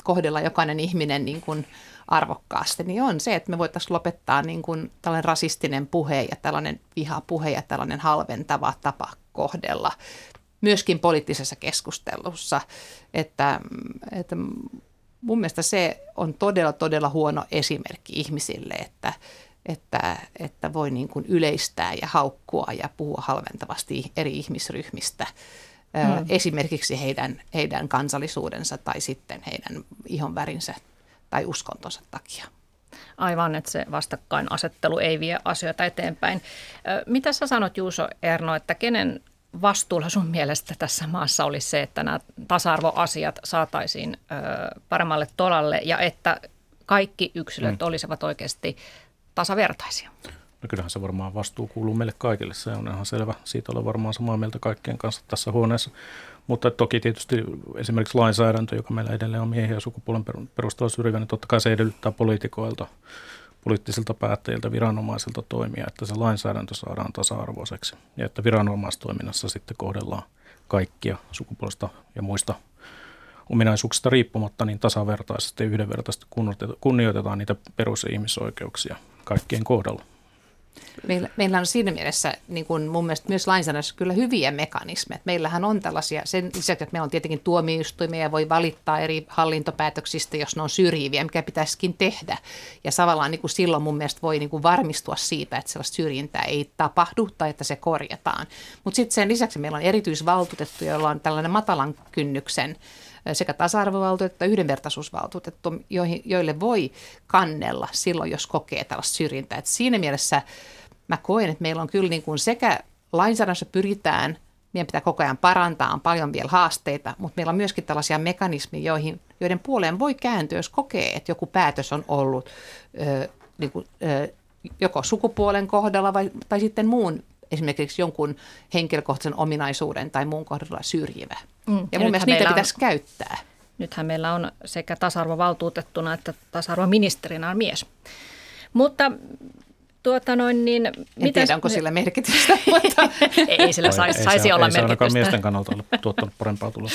kohdella jokainen ihminen niin kuin arvokkaasti, niin on se, että me voitaisiin lopettaa niin kuin tällainen rasistinen puhe ja tällainen vihapuhe ja tällainen halventava tapa kohdella myöskin poliittisessa keskustelussa, että, että mun mielestä se on todella, todella huono esimerkki ihmisille, että, että, että voi niin kuin yleistää ja haukkua ja puhua halventavasti eri ihmisryhmistä, hmm. esimerkiksi heidän, heidän kansallisuudensa tai sitten heidän ihonvärinsä tai uskontonsa takia. Aivan, että se vastakkainasettelu ei vie asioita eteenpäin. Mitä sä sanot, Juuso Erno, että kenen vastuulla sun mielestä tässä maassa olisi se, että nämä tasa-arvoasiat saataisiin paremmalle tolalle ja että kaikki yksilöt mm. olisivat oikeasti tasavertaisia? No kyllähän se varmaan vastuu kuuluu meille kaikille, se on ihan selvä. Siitä olen varmaan samaa mieltä kaikkien kanssa tässä huoneessa. Mutta toki tietysti esimerkiksi lainsäädäntö, joka meillä edelleen on miehiä ja sukupuolen perusteella syrjivä, niin totta kai se edellyttää poliitikoilta, poliittisilta päättäjiltä, viranomaisilta toimia, että se lainsäädäntö saadaan tasa-arvoiseksi ja että viranomaistoiminnassa sitten kohdellaan kaikkia sukupuolista ja muista ominaisuuksista riippumatta niin tasavertaisesti ja yhdenvertaisesti kunnioitetaan niitä perus- ja ihmisoikeuksia kaikkien kohdalla. Meillä, meillä on siinä mielessä niin kuin mun mielestä myös lainsäädännössä kyllä hyviä mekanismeja. Meillähän on tällaisia, sen lisäksi, että meillä on tietenkin tuomioistuimia ja voi valittaa eri hallintopäätöksistä, jos ne on syrjiviä, mikä pitäisikin tehdä. Ja tavallaan niin kuin silloin mun mielestä voi niin kuin varmistua siitä, että sellaista syrjintää ei tapahdu tai että se korjataan. Mutta sitten sen lisäksi meillä on erityisvaltuutettu, joilla on tällainen matalan kynnyksen sekä tasa-arvovaltuutettu että yhdenvertaisuusvaltuutettu, joille voi kannella silloin, jos kokee tällaista syrjintää. Et siinä mielessä mä koen, että meillä on kyllä niin kuin sekä lainsäädännössä pyritään, meidän pitää koko ajan parantaa, on paljon vielä haasteita, mutta meillä on myöskin tällaisia mekanismeja, joihin, joiden puoleen voi kääntyä, jos kokee, että joku päätös on ollut ö, niin kuin, ö, joko sukupuolen kohdalla vai, tai sitten muun esimerkiksi jonkun henkilökohtaisen ominaisuuden tai muun kohdalla syrjivä. Mm. Ja, ja mun mielestä niitä pitäisi on, käyttää. Nythän meillä on sekä tasa-arvovaltuutettuna että tasa-arvoministerinä on mies. Mutta tuota noin niin... En mitäs, tiedä, onko sillä merkitystä, mutta... ei sillä saisi, ei, saisi ei olla ei merkitystä. Ei se ainakaan miesten kannalta ole tuottanut parempaa tulosta.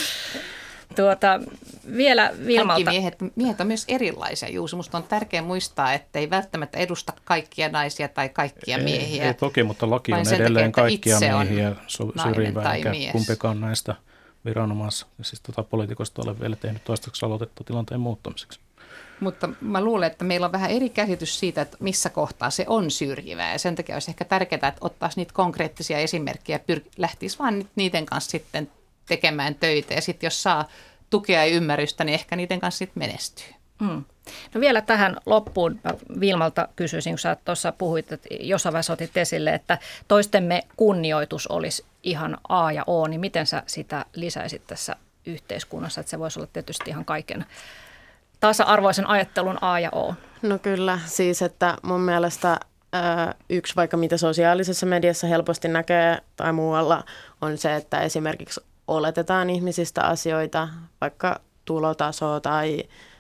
Tuota, vielä Vilmalta. Kaikki miehet, miehet on myös erilaisia, Juuso. Musta on tärkeää muistaa, että ei välttämättä edusta kaikkia naisia tai kaikkia miehiä. Ei, ei toki, mutta laki on edelleen takia, kaikkia miehiä syrjivää, eikä mies. Kumpikaan näistä viranomais- siis tota poliitikosta ole vielä tehnyt toistaiseksi aloitetta tilanteen muuttamiseksi. Mutta mä luulen, että meillä on vähän eri käsitys siitä, että missä kohtaa se on syrjivää. Ja sen takia olisi ehkä tärkeää, että ottaisi niitä konkreettisia esimerkkejä ja pyr- lähtisi vaan niiden kanssa sitten tekemään töitä. Ja sitten jos saa tukea ja ymmärrystä, niin ehkä niiden kanssa sitten menestyy. Mm. No vielä tähän loppuun Vilmalta kysyisin, kun sä tuossa puhuit, että jossain vaiheessa otit esille, että toistemme kunnioitus olisi ihan A ja O, niin miten sä sitä lisäisit tässä yhteiskunnassa, että se voisi olla tietysti ihan kaiken tasa-arvoisen ajattelun A ja O? No kyllä, siis että mun mielestä ää, yksi vaikka mitä sosiaalisessa mediassa helposti näkee tai muualla on se, että esimerkiksi oletetaan ihmisistä asioita, vaikka tulotasoa tai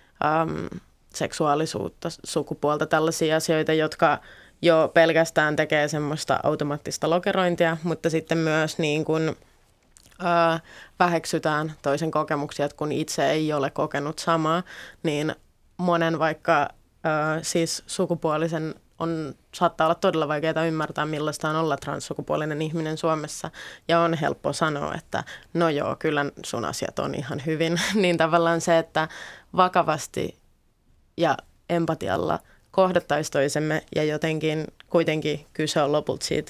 äm, seksuaalisuutta, sukupuolta, tällaisia asioita, jotka jo pelkästään tekee semmoista automaattista lokerointia, mutta sitten myös niin kuin, ää, väheksytään toisen kokemuksia, että kun itse ei ole kokenut samaa, niin monen vaikka ää, siis sukupuolisen on, saattaa olla todella vaikeaa ymmärtää, millaista on olla transsukupuolinen ihminen Suomessa. Ja on helppo sanoa, että no joo, kyllä sun asiat on ihan hyvin. Niin tavallaan se, että vakavasti ja empatialla kohdattaisiin toisemme ja jotenkin kuitenkin kyse on lopulta siitä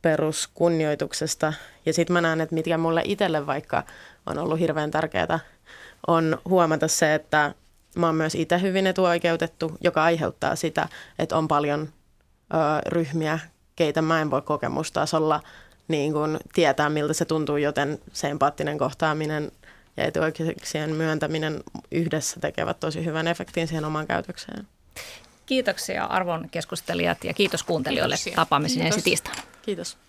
peruskunnioituksesta. Ja sitten mä näen, että mitkä mulle itselle vaikka on ollut hirveän tärkeää, on huomata se, että mä oon myös itse hyvin etuoikeutettu, joka aiheuttaa sitä, että on paljon ö, ryhmiä, keitä mä en voi kokemustasolla niin kun tietää, miltä se tuntuu, joten se empaattinen kohtaaminen ja etuoikeuksien myöntäminen yhdessä tekevät tosi hyvän efektin siihen omaan käytökseen. Kiitoksia arvon keskustelijat ja kiitos kuuntelijoille. Kiitoksia. Tapaamisen Kiitos. ensi tiistaina. Kiitos.